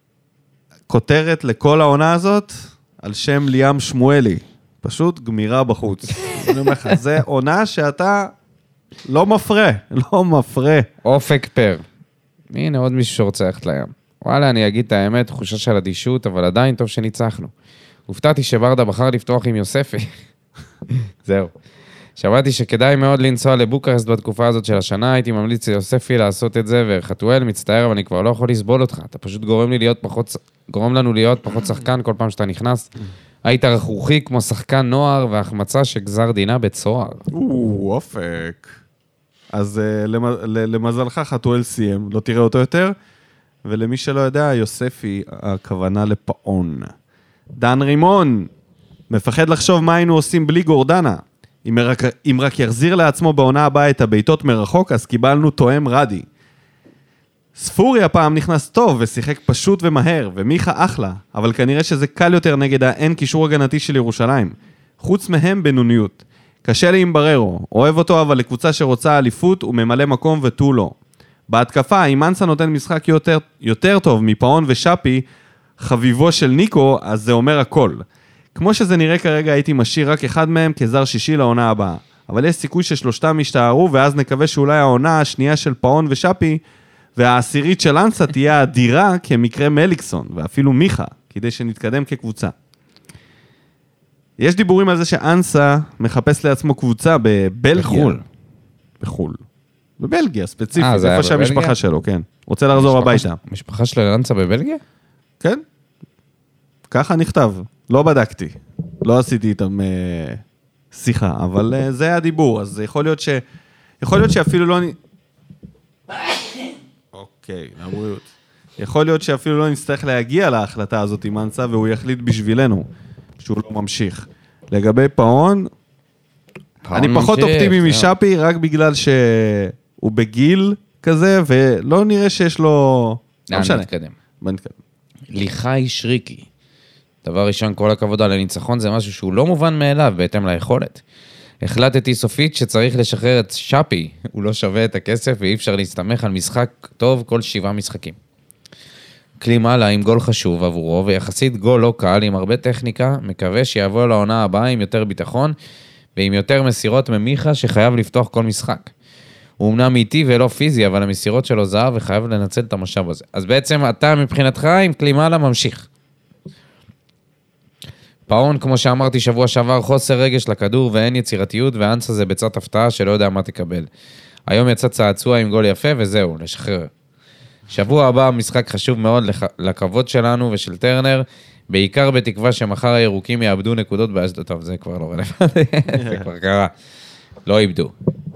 כותרת לכל העונה הזאת, על שם ליאם שמואלי. פשוט גמירה בחוץ. אני אומר לך, זה עונה שאתה לא מפרה, לא מפרה. אופק פר. הנה עוד מישהו שרוצה ללכת לים. וואלה, אני אגיד את האמת, תחושה של אדישות, אבל עדיין טוב שניצחנו. הופתעתי שברדה בחר לפתוח עם יוספי. זהו. שמעתי שכדאי מאוד לנסוע לבוקרסט בתקופה הזאת של השנה, הייתי ממליץ ליוספי לעשות את זה, וחתואל מצטער, אבל אני כבר לא יכול לסבול אותך. אתה פשוט גורם לי להיות פחות, גורם לנו להיות פחות שחקן כל פעם שאתה נכנס. היית רכרוכי כמו שחקן נוער, והחמצה שגזר דינה בצוהר. או, אופק. אז למזלך חתואל סיים, לא תראה אותו יותר, ולמי שלא יודע, יוספי, הכוונה לפעון. דן רימון, מפחד לחשוב מה היינו עושים בלי גורדנה. אם רק, אם רק יחזיר לעצמו בעונה הבאה את הביתות מרחוק, אז קיבלנו תואם רדי. ספורי הפעם נכנס טוב ושיחק פשוט ומהר, ומיכה אחלה, אבל כנראה שזה קל יותר נגד האין קישור הגנתי של ירושלים. חוץ מהם בינוניות. קשה לי עם בררו, אוהב אותו אבל לקבוצה שרוצה אליפות הוא ממלא מקום ותו לא. בהתקפה, אם אנסה נותן משחק יותר, יותר טוב מפאון ושפי, חביבו של ניקו, אז זה אומר הכל. כמו שזה נראה כרגע הייתי משאיר רק אחד מהם כזר שישי לעונה הבאה. אבל יש סיכוי ששלושתם ישתערו, ואז נקווה שאולי העונה השנייה של פאון ושפי, והעשירית של אנסה תהיה אדירה כמקרה מליקסון, ואפילו מיכה, כדי שנתקדם כקבוצה. יש דיבורים על זה שאנסה מחפש לעצמו קבוצה בבלגיה. בחול. בחול. בבלגיה, ספציפית, איפה שהמשפחה שלו, כן. רוצה לחזור הביתה. המשפחה של אנסה בבלגיה? כן. ככה נכתב. לא בדקתי. לא עשיתי איתם אה, שיחה, אבל אה, זה הדיבור. אז יכול להיות ש... יכול להיות שאפילו לא... אוקיי, לבריאות. יכול להיות שאפילו לא נצטרך להגיע להחלטה הזאת עם אנסה, והוא יחליט בשבילנו, שהוא לא ממשיך. לגבי פאון, אני פחות אופטימי משפי, רק בגלל שהוא בגיל כזה, ולא נראה שיש לו... לא משנה. נתקדם. בוא נתקדם. ליחי שריקי. דבר ראשון, כל הכבוד על הניצחון, זה משהו שהוא לא מובן מאליו, בהתאם ליכולת. החלטתי סופית שצריך לשחרר את שפי, הוא לא שווה את הכסף, ואי אפשר להסתמך על משחק טוב כל שבעה משחקים. קלימה לה עם גול חשוב עבורו, ויחסית גול לא קל, עם הרבה טכניקה, מקווה שיבוא לעונה הבאה עם יותר ביטחון, ועם יותר מסירות ממיכה שחייב לפתוח כל משחק. הוא אמנם איטי ולא פיזי, אבל המסירות שלו זהב וחייב לנצל את המשאב הזה. אז בעצם אתה מבחינתך עם קלימה לה ממשיך. פאון, כמו שאמרתי שבוע שעבר, חוסר רגש לכדור ואין יצירתיות, ואנסה זה בצעת הפתעה שלא יודע מה תקבל. היום יצא צעצוע עם גול יפה וזהו, לשחרר. שבוע הבא משחק חשוב מאוד לכבוד שלנו ושל טרנר, בעיקר בתקווה שמחר הירוקים יאבדו נקודות באשדוד. טוב, זה כבר לא רלוונטי, זה כבר קרה. לא איבדו.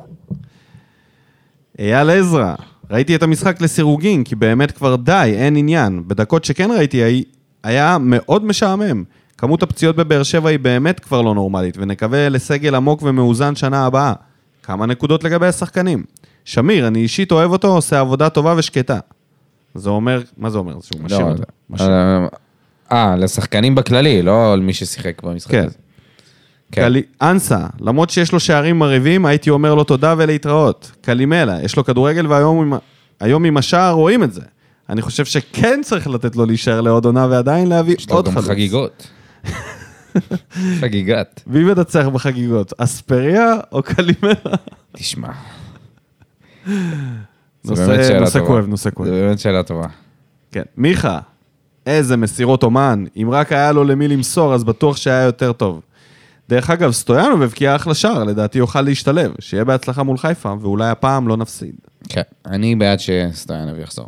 אייל עזרא, ראיתי את המשחק לסירוגין, כי באמת כבר די, אין עניין. בדקות שכן ראיתי, היה מאוד משעמם. כמות הפציעות בבאר שבע היא באמת כבר לא נורמלית, ונקווה לסגל עמוק ומאוזן שנה הבאה. כמה נקודות לגבי השחקנים. שמיר, אני אישית אוהב אותו, עושה עבודה טובה ושקטה. זה אומר, מה זה אומר? שהוא משאיר אותו. אה, לשחקנים בכללי, לא על מי ששיחק במשחק הזה. כן. אנסה, למרות שיש לו שערים מריבים, הייתי אומר לו תודה ולהתראות. קלימלה, יש לו כדורגל והיום עם השער רואים את זה. אני חושב שכן צריך לתת לו להישאר לעוד עונה ועדיין להביא עוד חלוץ. יש לו גם חגיגות. חגיגת. מי מדצח בחגיגות? אספריה או קלימלה? תשמע. נושא כואב, נושא כואב. זה באמת שאלה טובה. כן. מיכה, איזה מסירות אומן. אם רק היה לו למי למסור, אז בטוח שהיה יותר טוב. דרך אגב, סטויאנוב הבקיע אחלה שער, לדעתי יוכל להשתלב, שיהיה בהצלחה מול חיפה, ואולי הפעם לא נפסיד. כן, אני בעד שסטויאנוב יחזור.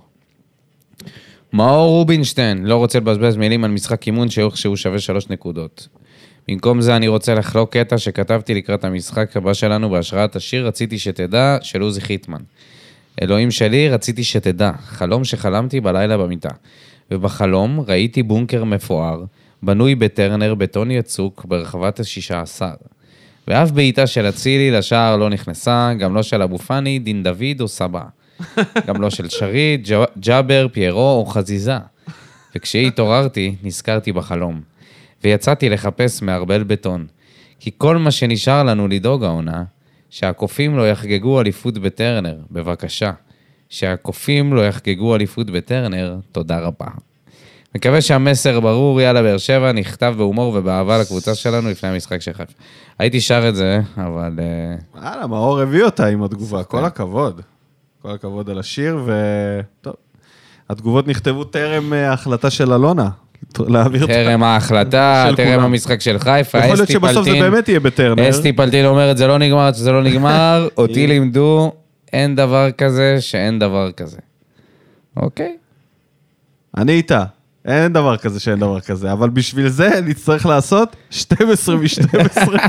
מאור רובינשטיין, לא רוצה לבזבז מילים על משחק אימון שהוא שווה שלוש נקודות. במקום זה אני רוצה לחלוק קטע שכתבתי לקראת המשחק הבא שלנו בהשראת השיר, רציתי שתדע של עוזי חיטמן. אלוהים שלי, רציתי שתדע, חלום שחלמתי בלילה במיטה. ובחלום ראיתי בונקר מפואר, בנוי בטרנר בטון יצוק ברחבת ה-שישה עשר. ואף בעיטה של אצילי לשער לא נכנסה, גם לא של אבו פאני, דין דוד או סבא. גם לא של שריד, ג'אבר, פיירו או חזיזה. וכשהתעוררתי, נזכרתי בחלום. ויצאתי לחפש מערבל בטון. כי כל מה שנשאר לנו לדאוג העונה, שהקופים לא יחגגו אליפות בטרנר, בבקשה. שהקופים לא יחגגו אליפות בטרנר, תודה רבה. מקווה שהמסר ברור, יאללה באר שבע, נכתב בהומור ובאהבה לקבוצה שלנו לפני המשחק של חיפה. הייתי שר את זה, אבל... יאללה, מאור הביא אותה עם התגובה, כל הכבוד. כל הכבוד על השיר, וטוב. התגובות נכתבו טרם ההחלטה של אלונה. טרם ההחלטה, טרם המשחק של חיפה. יכול להיות שבסוף זה באמת יהיה בטרנר. אסתי פלטין אומרת, זה לא נגמר, זה לא נגמר, אותי לימדו, אין דבר כזה שאין דבר כזה. אוקיי? אני איתה. אין דבר כזה שאין דבר כזה, אבל בשביל זה נצטרך לעשות שתים עשרה מ-שתים עשרה.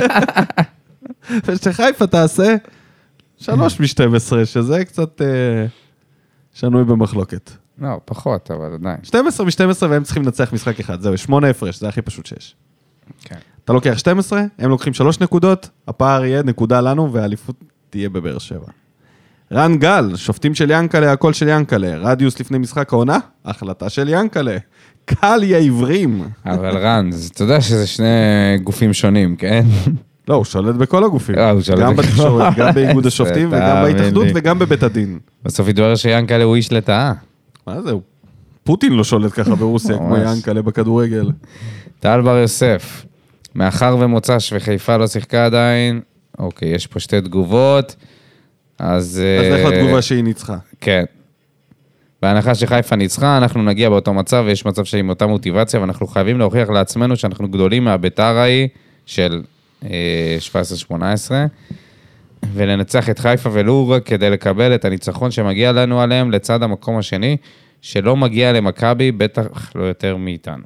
ושחיפה תעשה שלוש מ-שתים עשרה, שזה קצת שנוי במחלוקת. לא, פחות, אבל עדיין. שתים עשרה מ-שתים עשרה והם צריכים לנצח משחק אחד, זהו, שמונה הפרש, זה הכי פשוט שיש. כן. אתה לוקח שתים עשרה, הם לוקחים שלוש נקודות, הפער יהיה נקודה לנו, והאליפות תהיה בבאר שבע. רן גל, שופטים של ינקלה, הכל של ינקלה, רדיוס לפני משחק העונה, החלטה של ינקלה. קל יא עברים. אבל רן, אתה יודע שזה שני גופים שונים, כן? לא, הוא שולט בכל הגופים. אה, הוא שולט גם בכל... בתקשורת, גם באיגוד השופטים, וגם בהתאחדות, וגם בבית הדין. בסוף ידבר שיאנקלה הוא איש לטעה. מה זה? פוטין לא שולט ככה ברוסיה, כמו ינקלה בכדורגל. טל בר יוסף, מאחר ומוצ"ש וחיפה לא שיחקה עדיין, אוקיי, יש פה שתי תגובות, אז... אז איך התגובה שהיא ניצחה? כן. בהנחה שחיפה ניצחה, אנחנו נגיע באותו מצב, ויש מצב שעם אותה מוטיבציה, ואנחנו חייבים להוכיח לעצמנו שאנחנו גדולים מהביתר ההיא של שבע עשרה שמונה עשרה, ולנצח את חיפה ולור כדי לקבל את הניצחון שמגיע לנו עליהם לצד המקום השני, שלא מגיע למכבי, בטח לא יותר מאיתנו.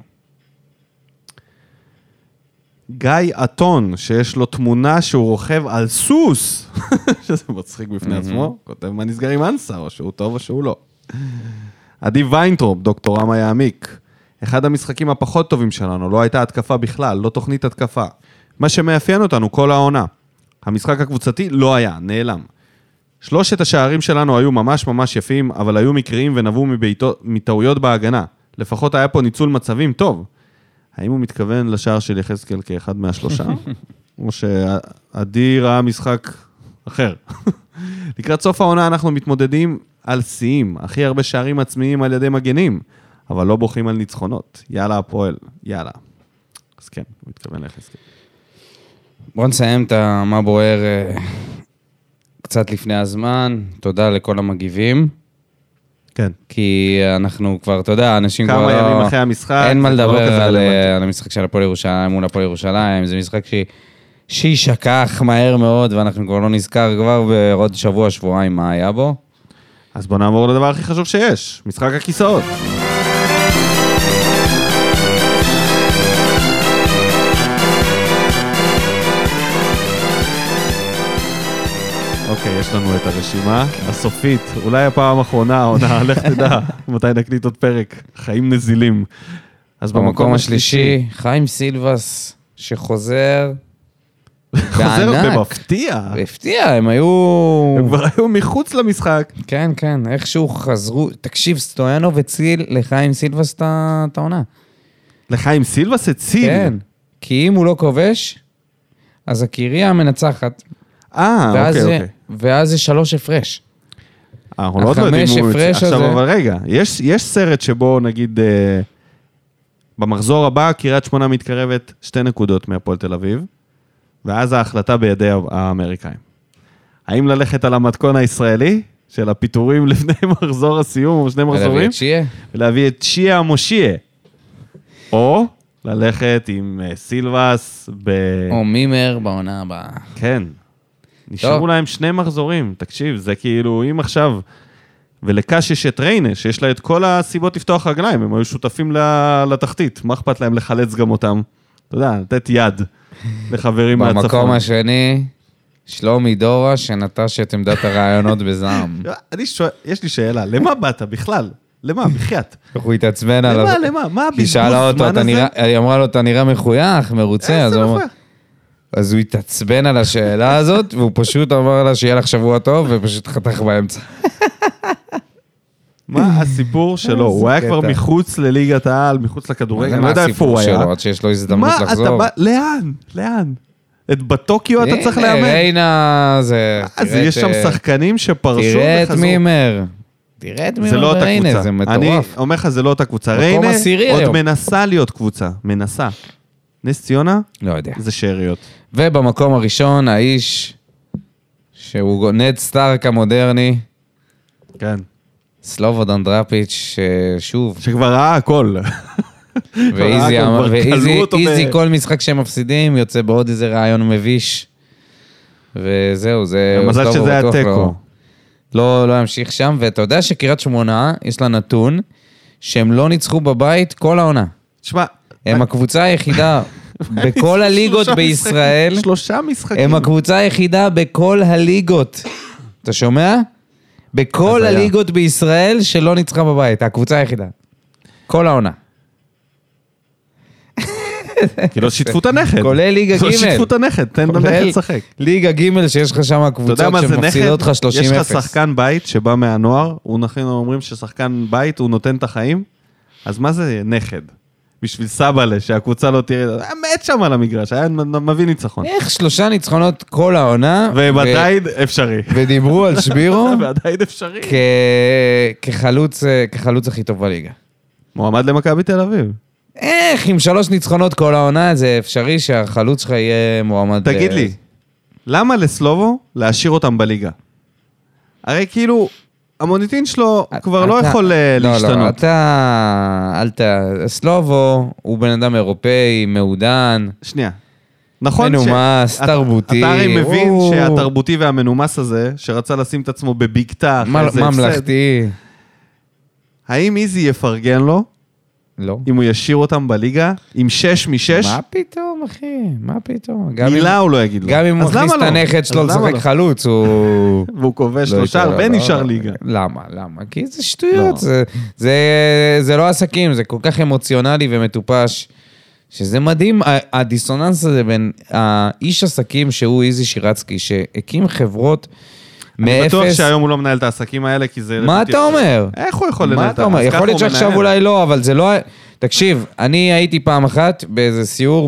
גיא אתון, שיש לו תמונה שהוא רוכב על סוס, שזה מצחיק בפני עצמו, כותב מה נסגר עם אנסה, או שהוא טוב או שהוא לא. עדי ויינטרופ, דוקטור רמה יעמיק, אחד המשחקים הפחות טובים שלנו, לא הייתה התקפה בכלל, לא תוכנית התקפה. מה שמאפיין אותנו כל העונה. המשחק הקבוצתי לא היה, נעלם. שלושת השערים שלנו היו ממש ממש יפים, אבל היו מקריים ונבעו מטעויות בהגנה. לפחות היה פה ניצול מצבים טוב. האם הוא מתכוון לשער של יחזקאל כאחד מהשלושה? או שעדי ראה משחק אחר. לקראת סוף העונה אנחנו מתמודדים על שיאים, הכי הרבה שערים עצמיים על ידי מגנים, אבל לא בוכים על ניצחונות. יאללה הפועל, יאללה. אז כן, הוא מתכוון ליחזקאל. בואו נסיים את מה בוער קצת לפני הזמן. תודה לכל המגיבים. כן. כי אנחנו כבר, אתה יודע, אנשים כבר לא... כמה ימים אחרי המשחק. אין מה לדבר על, על המשחק של הפועל ירושלים, מול הפועל ירושלים. זה משחק ש... שישכח מהר מאוד, ואנחנו כבר לא נזכר כבר בעוד שבוע, שבועיים מה היה בו. אז בואו נעבור לדבר הכי חשוב שיש, משחק הכיסאות. אוקיי, יש לנו את הרשימה הסופית, אולי הפעם האחרונה, העונה, לך תדע, מתי נקליט עוד פרק, חיים נזילים. אז במקום השלישי, חיים סילבס, שחוזר... חוזר במפתיע. במפתיע, הם היו... הם כבר היו מחוץ למשחק. כן, כן, איכשהו חזרו, תקשיב, סטויאנוב הציל לחיים סילבס את העונה. לחיים סילבס הציל? כן, כי אם הוא לא כובש, אז הקריה מנצחת. אה, אוקיי, אוקיי. ואז זה שלוש הפרש. אנחנו לא יודעים אם הוא... עכשיו, אבל רגע, יש סרט שבו, נגיד, במחזור הבא, קריית שמונה מתקרבת שתי נקודות מהפועל תל אביב, ואז ההחלטה בידי האמריקאים. האם ללכת על המתכון הישראלי, של הפיתורים לפני מחזור הסיום, או שני מחזורים? ולהביא את צ'יה. ולהביא את צ'יה המושיה. או ללכת עם סילבס ב... או מימר בעונה הבאה. כן. נשארו להם שני מחזורים, תקשיב, זה כאילו, אם עכשיו, ולקש יש את ריינה, שיש לה את כל הסיבות לפתוח רגליים, הם היו שותפים לתחתית, מה אכפת להם לחלץ גם אותם? אתה יודע, לתת יד לחברים מהצפון. במקום השני, שלומי דורה, שנטש את עמדת הרעיונות בזעם. יש לי שאלה, למה באת בכלל? למה? בחייאת. הוא התעצבן עליו. למה? למה? מה הבזבוז זמן הזה? היא אמרה לו, אתה נראה מחוייך, מרוצה. איזה מחוייך? אז הוא התעצבן על השאלה הזאת, והוא פשוט אמר לה שיהיה לך שבוע טוב, ופשוט חתך באמצע. מה הסיפור שלו? הוא היה כבר מחוץ לליגת העל, מחוץ לכדורגל, אני לא יודע איפה הוא היה. שלו, עד שיש לו הזדמנות לחזור. לאן? לאן? את בטוקיו אתה צריך לאמן. ריינה זה... אז יש שם שחקנים שפרשו וחזרו. תראה את מימר. תראה את מימר ריינה, זה מטורף. אני אומר לך, זה לא אותה קבוצה. ריינה עוד מנסה להיות קבוצה. מנסה. נס ציונה? לא יודע. זה שאריות. ובמקום הראשון, האיש שהוא נד סטארק המודרני. כן. סלובודן דראפיץ', שוב. שכבר ראה הכל. ואיזי כל משחק שהם מפסידים, יוצא בעוד איזה רעיון מביש. וזהו, זה... המזל שזה היה טקו. לא, לא ימשיך שם, ואתה יודע שקריית שמונה, יש לה נתון, שהם לא ניצחו בבית כל העונה. תשמע... הם הקבוצה היחידה בכל הליגות בישראל. שלושה משחקים. הם הקבוצה היחידה בכל הליגות. אתה שומע? בכל הליגות בישראל שלא ניצחה בבית. הקבוצה היחידה. כל העונה. כי לא שיתפו את הנכד. כולל ליגה ג'. לא שיתפו את הנכד, תן לנכד לשחק. ליגה ג' שיש לך שם קבוצות שמפסידות לך שלושים אפס. יש לך שחקן בית שבא מהנוער, אנחנו אומרים ששחקן בית הוא נותן את החיים, אז מה זה נכד? בשביל סבאלה, שהקבוצה לא תראה, היה מת שם על המגרש, היה מביא ניצחון. איך שלושה ניצחונות כל העונה. ובעדיין אפשרי. ודיברו על שבירו. ובעדיין אפשרי. כחלוץ הכי טוב בליגה. מועמד למכבי תל אביב. איך, עם שלוש ניצחונות כל העונה, זה אפשרי שהחלוץ שלך יהיה מועמד... תגיד לי, למה לסלובו להשאיר אותם בליגה? הרי כאילו... המוניטין שלו כבר לא יכול להשתנות. לא, לא, אתה, אל ת... סלובו הוא בן אדם אירופאי, מעודן. שנייה. נכון מנומס, תרבותי. אתה הרי מבין שהתרבותי והמנומס הזה, שרצה לשים את עצמו בבקתה, ממלכתי. האם איזי יפרגן לו? לא. אם הוא ישאיר אותם בליגה? עם שש משש? מה פתאום, אחי? מה פתאום? מילה הוא לא יגיד לו. גם אם הוא מכניס את הנכד שלו לשחק חלוץ, הוא... והוא כובש שלושה, הרבה נשאר ליגה. למה? למה? כי זה שטויות. זה לא עסקים, זה כל כך אמוציונלי ומטופש, שזה מדהים, הדיסוננס הזה בין האיש עסקים שהוא איזי שירצקי, שהקים חברות... אני בטוח שהיום הוא לא מנהל את העסקים האלה, כי זה... מה אתה אומר? איך הוא יכול לנהל את העסקים? יכול להיות שעכשיו אולי לא, אבל זה לא... תקשיב, אני הייתי פעם אחת באיזה סיור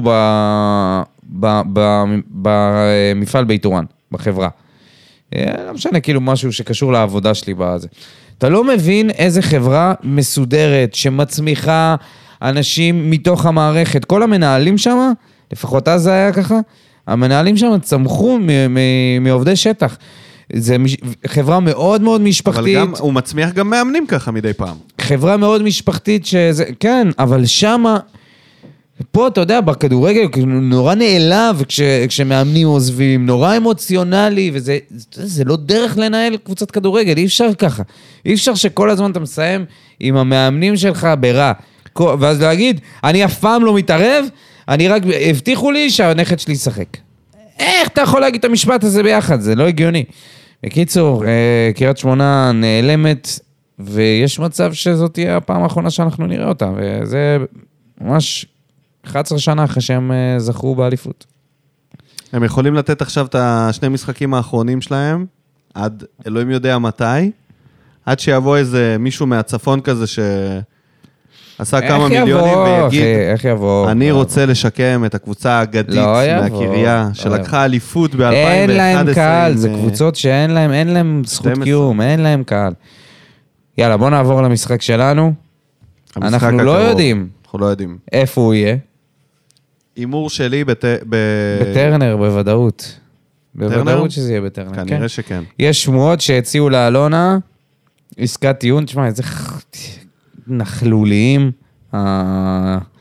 במפעל ביתורן, בחברה. לא משנה, כאילו משהו שקשור לעבודה שלי בזה. אתה לא מבין איזה חברה מסודרת, שמצמיחה אנשים מתוך המערכת. כל המנהלים שם, לפחות אז זה היה ככה, המנהלים שם צמחו מעובדי שטח. זה חברה מאוד מאוד משפחתית. אבל גם, הוא מצמיח גם מאמנים ככה מדי פעם. חברה מאוד משפחתית שזה, כן, אבל שמה, פה אתה יודע, בכדורגל, נורא נעלב כש, כשמאמנים עוזבים, נורא אמוציונלי, וזה זה לא דרך לנהל קבוצת כדורגל, אי אפשר ככה. אי אפשר שכל הזמן אתה מסיים עם המאמנים שלך ברע. ואז להגיד, אני אף פעם לא מתערב, אני רק, הבטיחו לי שהנכד שלי ישחק. איך אתה יכול להגיד את המשפט הזה ביחד? זה לא הגיוני. בקיצור, קריית שמונה נעלמת, ויש מצב שזאת תהיה הפעם האחרונה שאנחנו נראה אותה, וזה ממש אחת עשרה שנה אחרי שהם זכו באליפות. הם יכולים לתת עכשיו את השני משחקים האחרונים שלהם, עד אלוהים יודע מתי, עד שיבוא איזה מישהו מהצפון כזה ש... עשה כמה מיליונים ויגיד, איך יבוא? אני רוצה לשקם את הקבוצה האגדית מהקריה, שלקחה אליפות ב-אלפיים ואחת עשרה. אין להם קהל, זה קבוצות שאין להם, אין להם זכות קיום, אין להם קהל. יאללה, בוא נעבור למשחק שלנו. אנחנו לא יודעים. אנחנו לא יודעים. איפה הוא יהיה? אימור שלי בטרנר, בוודאות. בוודאות שזה יהיה בטרנר. כנראה שכן. יש שמועות שהציעו לאלונה, עסקת טיעון, תשמע, איזה... נחלוליים,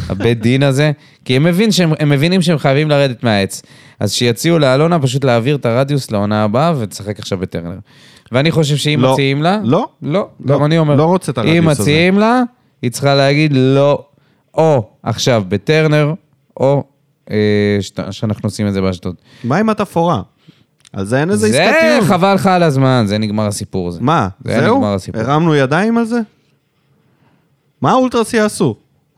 הבית דין הזה, כי הם, מבין שהם, הם מבינים שהם חייבים לרדת מהעץ. אז שיציעו לאלונה פשוט להעביר את הרדיוס לעונה הבאה, ותשחק עכשיו בטרנר. ואני חושב שאם לא, מציעים לה... לא. לא, לא, גם אני אומר. לא רוצה את הרדיוס הזה. אם מציעים לה, היא צריכה להגיד לא, או עכשיו בטרנר, או אה, שאנחנו עושים את זה באשדוד. מה עם התפורה? על זה אין איזה עסקת טיעון. זה חבל לך על הזמן, זה נגמר הסיפור הזה. מה? זה זהו? נגמר הסיפור. הרמנו ידיים על זה? מה האולטרס יעשו?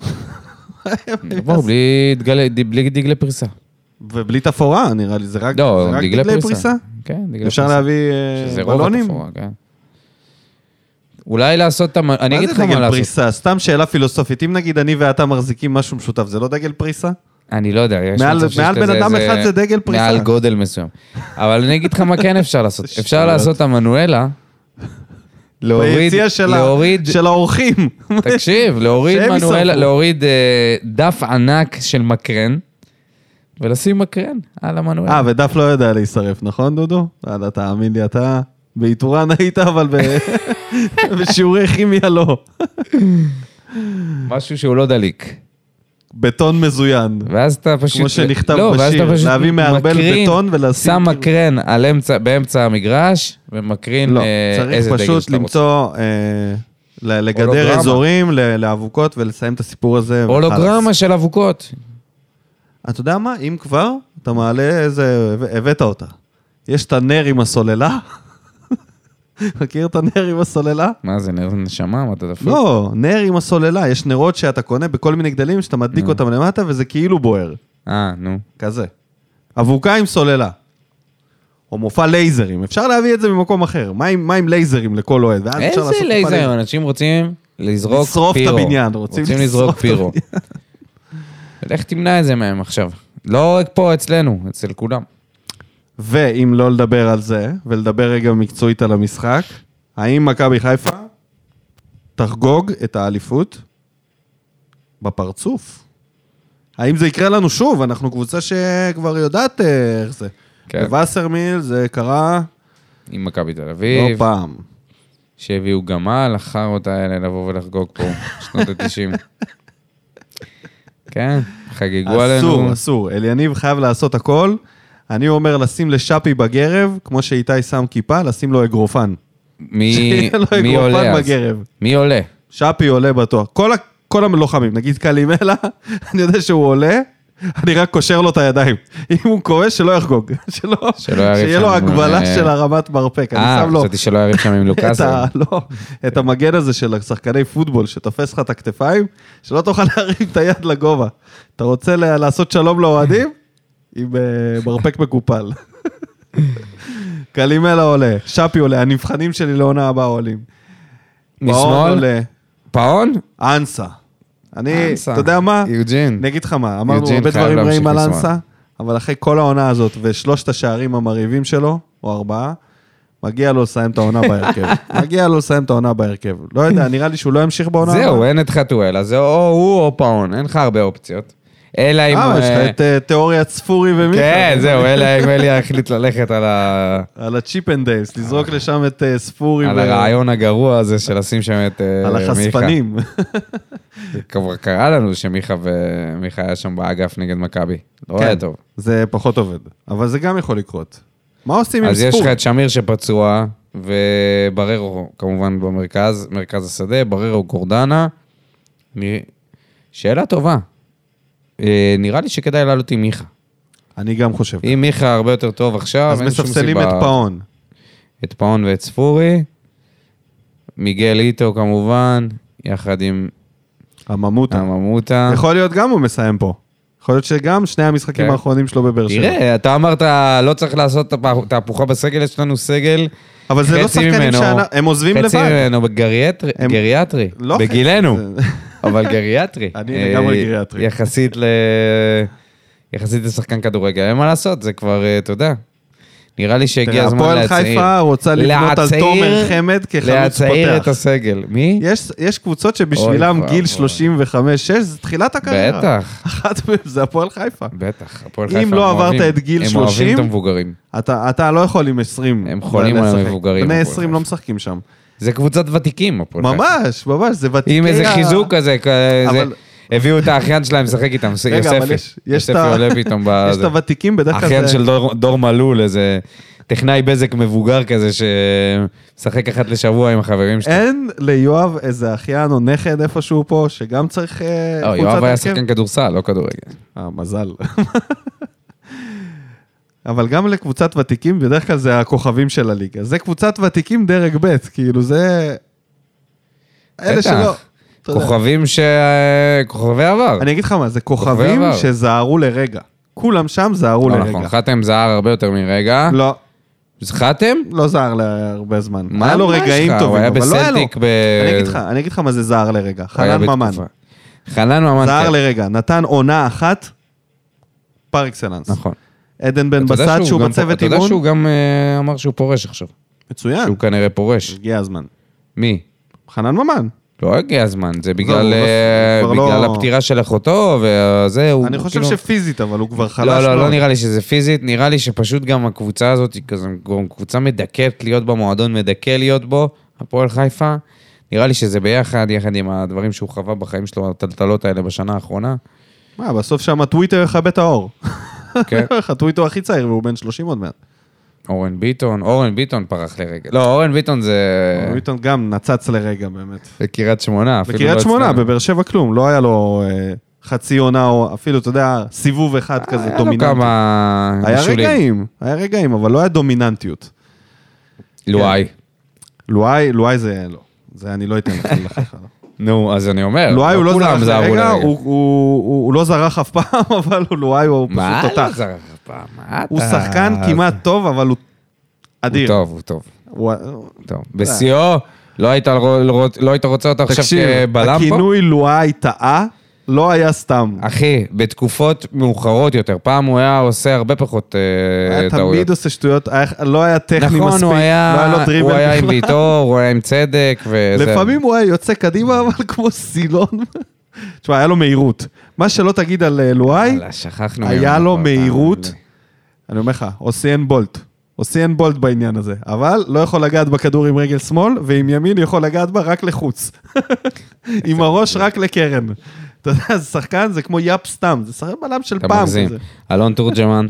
בואו, בלי דגלי, בלי דגלי פריסה. ובלי תפורה, נראה לי, זה רק, לא, זה רק דגלי דגלי פריסה. פריסה? כן, דגלי אפשר פריסה. להביא שזה בלונים? רוב התפורה, כן. אולי לעשות את... אני אגיד לך מה מה זה דגל לעשות. פריסה? סתם שאלה פילוסופית. אם נגיד אני ואתה מחזיקים משהו משותף, זה לא דגל פריסה? אני לא יודע. מעל, מעל בן אדם אחד זה דגל פריסה. מעל גודל מסוים. אבל אני אגיד לך מה כן אפשר לעשות. אפשר לעשות את המנואלה, להוריד... ביציאה של, להוריד, של האורחים. תקשיב, להוריד מנואלה, להוריד דף ענק של מקרן, ולשים מקרן על המנואלה. אה, ודף לא יודע להישרף, נכון דודו? אתה תאמין לי, אתה באיתורן היית, אבל בשיעורי כימיה לא. משהו שהוא לא דליק. בטון מזוין. ואז אתה פשוט... כמו שנכתב לא, בשיר, להביא מערבל בטון ולשים... שם מקרן על אמצע, באמצע המגרש, ומקרין לא, אה, איזה דגל צריך פשוט למצוא, אה, לגדר הולוגרמה. אזורים לאבוקות ולסיים את הסיפור הזה. הולוגרמה של אבוקות. אתה יודע מה? אם כבר, אתה מעלה איזה... הבאת אותה. יש את הנר עם הסוללה. מכיר את הנר עם הסוללה? מה זה, נר נשמה? מה אתה דפוק? לא, נר עם הסוללה. יש נרות שאתה קונה בכל מיני גדלים, שאתה מדליק אותם למטה, וזה כאילו בוער. אה, נו. כזה. אבוקה עם סוללה. או מופע לייזרים. אפשר להביא את זה ממקום אחר. מה עם, מה עם לייזרים לכל אוהד? איזה לייזרים? אנשים רוצים לזרוק פירו. לשרוף את הבניין. רוצים לזרוק פירו. איך תמנע את זה מהם עכשיו? לא רק פה אצלנו, אצל כולם. ואם לא לדבר על זה, ולדבר רגע מקצועית על המשחק, האם מכבי חיפה תחגוג את האליפות בפרצוף? האם זה יקרה לנו שוב? אנחנו קבוצה שכבר יודעת איך זה. כן. בווסרמיל זה קרה... עם מכבי תל אביב. לא פעם. שהביאו גמל, החרות האלה לבוא ולחגוג פה, שנות ה-תשעים. כן, חגגו עלינו. אסור, אסור. אליניב חייב לעשות הכל. אני אומר לשים לשאפי בגרב, כמו שאיתי שם כיפה, לשים לו אגרופן. מי, מי עולה אז? בגרב. מי עולה? שאפי עולה בטוח. כל, ה, כל המלוחמים, נגיד קלימלה, אני יודע שהוא עולה, אני רק קושר לו את הידיים. אם הוא כובש, שלא יחגוג. שלא, שלא שיהיה לו הגבלה עם... של הרמת מרפק. אה, חשבתי שלא יריב שם עם לוקאסר. לא, את המגן הזה של שחקני פוטבול, שתופס לך את הכתפיים, שלא תוכל להרים את היד לגובה. אתה רוצה לעשות שלום לאוהדים? עם מרפק מקופל. קלימלה עולה, שפי עולה, הנבחנים שלי לעונה הבאה עולים. משמאל? פאון? אנסה. אני, אתה יודע מה? יוג'ין. נגיד לך מה, אמרנו הרבה דברים רעים על אנסה, אבל אחרי כל העונה הזאת, ושלושת השערים המריבים שלו, או ארבעה, מגיע לו לסיים את העונה בהרכב. מגיע לו לסיים את העונה בהרכב. לא יודע, נראה לי שהוא לא ימשיך בעונה הבאה. זהו, אין את חתואל, אז זה או הוא או פאון, אין לך הרבה אופציות. אלא אם... אה, יש לך את תיאוריית ספורי ומיכה. כן, זהו, אלא אם אלי החליט ללכת על ה... על הצ'יפ אנד דייס, לזרוק לשם את ספורי. על הרעיון הגרוע הזה של לשים שם את מיכה. על החשפנים. כבר קרה לנו שמיכה ומיכה היה שם באגף נגד מכבי. לא היה טוב. זה פחות עובד, אבל זה גם יכול לקרות. מה עושים עם ספורי? אז יש לך את שמיר שפצוע, ובררו כמובן במרכז, מרכז השדה, בררו גורדנה. שאלה טובה. נראה לי שכדאי לעלות עם מיכה. אני גם חושב. אם מיכה הרבה יותר טוב עכשיו, אז מספסלים את פאון. את פאון ואת ספורי. מיגל איטו כמובן, יחד עם... הממוטה. הממוטה. יכול להיות גם הוא מסיים פה. יכול להיות שגם שני המשחקים האחרונים שלו בבאר שבע. תראה, אתה אמרת, לא צריך לעשות את ההפוכה בסגל, יש לנו סגל... אבל זה לא שחקנים שהם עוזבים לבד. חצי ממנו בגריאטרי, בגילנו. אבל גריאטרי. אני לגמרי גריאטרי. יחסית ל... יחסית לשחקן כדורגל. אין מה לעשות, זה כבר, אתה יודע. נראה לי שהגיע הזמן להצעיר. הפועל חיפה רוצה לבנות על תומר חמד כחלוץ פותח. להצעיר את הסגל. מי? יש קבוצות שבשבילם גיל שלושים וחמש שש, זה תחילת הקריירה. בטח. אחת מהם זה הפועל חיפה. בטח. הפועל חיפה. אם לא עברת את גיל שלושים, הם אוהבים את המבוגרים. אתה לא יכול עם עשרים. הם חולים על המבוגרים. בני עשרים לא משחקים שם. זה קבוצת ותיקים, הפועל חיפה. ממש, ממש, זה ותיקי. עם איזה חיזוק כזה, הביאו את האחיין שלהם, משחק איתם, יוספי. יוספי עולה פתאום. יש את הוותיקים בדרך כלל. אחיין של דור מלול, איזה טכנאי בזק מבוגר כזה, שמשחק אחת לשבוע עם החברים שלו. אין ליואב איזה אחיין או נכד איפשהו פה, שגם צריך... יואב היה שחקן כדורסל, לא כדורגל. אה, מזל. אבל גם לקבוצת ותיקים, בדרך כלל זה הכוכבים של הליגה. זה קבוצת ותיקים דרג ב', כאילו זה... אלה שלא... כוכבים ש... כוכבי עבר. אני אגיד לך מה, זה כוכבים שזהרו לרגע. כולם שם זהרו לרגע. לא נכון, חתם זהר הרבה יותר מרגע. לא. חתם? לא זהר להרבה זמן. היה לו רגעים טובים, הוא היה בסלטיק ב... אני אגיד לך מה זה זהר לרגע. חנן ממן. חנן ממן. זהר לרגע. נתן עונה אחת, פר אקסלנס. נכון. עדן בן בסט שהוא בצוות אימון. אתה יודע שהוא גם אמר שהוא פורש עכשיו. מצוין. שהוא כנראה פורש. הגיע הזמן. מי? חנן ממן. לא הגיע הזמן, זה בגלל הפטירה של אחותו, וזה הוא... אני חושב שפיזית, אבל הוא כבר חלש. לא, לא, לא נראה לי שזה פיזית, נראה לי שפשוט גם הקבוצה הזאת היא כזו, קבוצה מדכאת להיות במועדון, מדכא להיות בו, הפועל חיפה, נראה לי שזה ביחד, יחד עם הדברים שהוא חווה בחיים שלו, הטלטלות האלה בשנה האחרונה. מה, בסוף שם הטוויטר יכבה את האור. כן. הטוויטר הכי צעיר, והוא בן שלושים עוד מעט. אורן ביטון, אורן ביטון פרח לרגע. לא, אורן ביטון זה... אורן ביטון גם נצץ לרגע באמת. בקריית שמונה. בקריית שמונה, בבאר שבע כלום. לא היה לו חצי עונה או אפילו, אתה יודע, סיבוב אחד כזה דומיננטי. היה לו כמה... היה רגעים, היה רגעים, אבל לא היה דומיננטיות. לואי. לואי, לואי זה לא. זה אני לא אתן לך לך. נו, אז אני אומר. לואי הוא לא זרח לרגע, הוא לא זרח אף פעם, אבל לואי הוא פשוט תותח. מה לא זרח אף פעם? הוא שחקן כמעט טוב, אבל הוא אדיר. הוא טוב, הוא טוב. בסיוע, לא היית רוצה אותו עכשיו כבלם פה? הכינוי לואי טעה, לא היה סתם. אחי, בתקופות מאוחרות יותר, פעם הוא היה עושה הרבה פחות טעויות. היה תמיד עושה שטויות, לא היה טכני מספיק, נכון, הוא היה עם ביתור, הוא היה עם צדק וזה. לפעמים הוא היה יוצא קדימה, אבל כמו סילון. תשמע, היה לו מהירות. מה שלא תגיד על לואי, היה לו מהירות. אני אומר לך, אוסיין בולט. אוסיין בולט בעניין הזה. אבל לא יכול לגעת בכדור עם רגל שמאל, ועם ימין יכול לגעת בה רק לחוץ. עם הראש רק לקרן. אתה יודע, זה שחקן, זה כמו יאפ סתם. זה שחקן בלם של פעם כזה. אלון תורג'מן.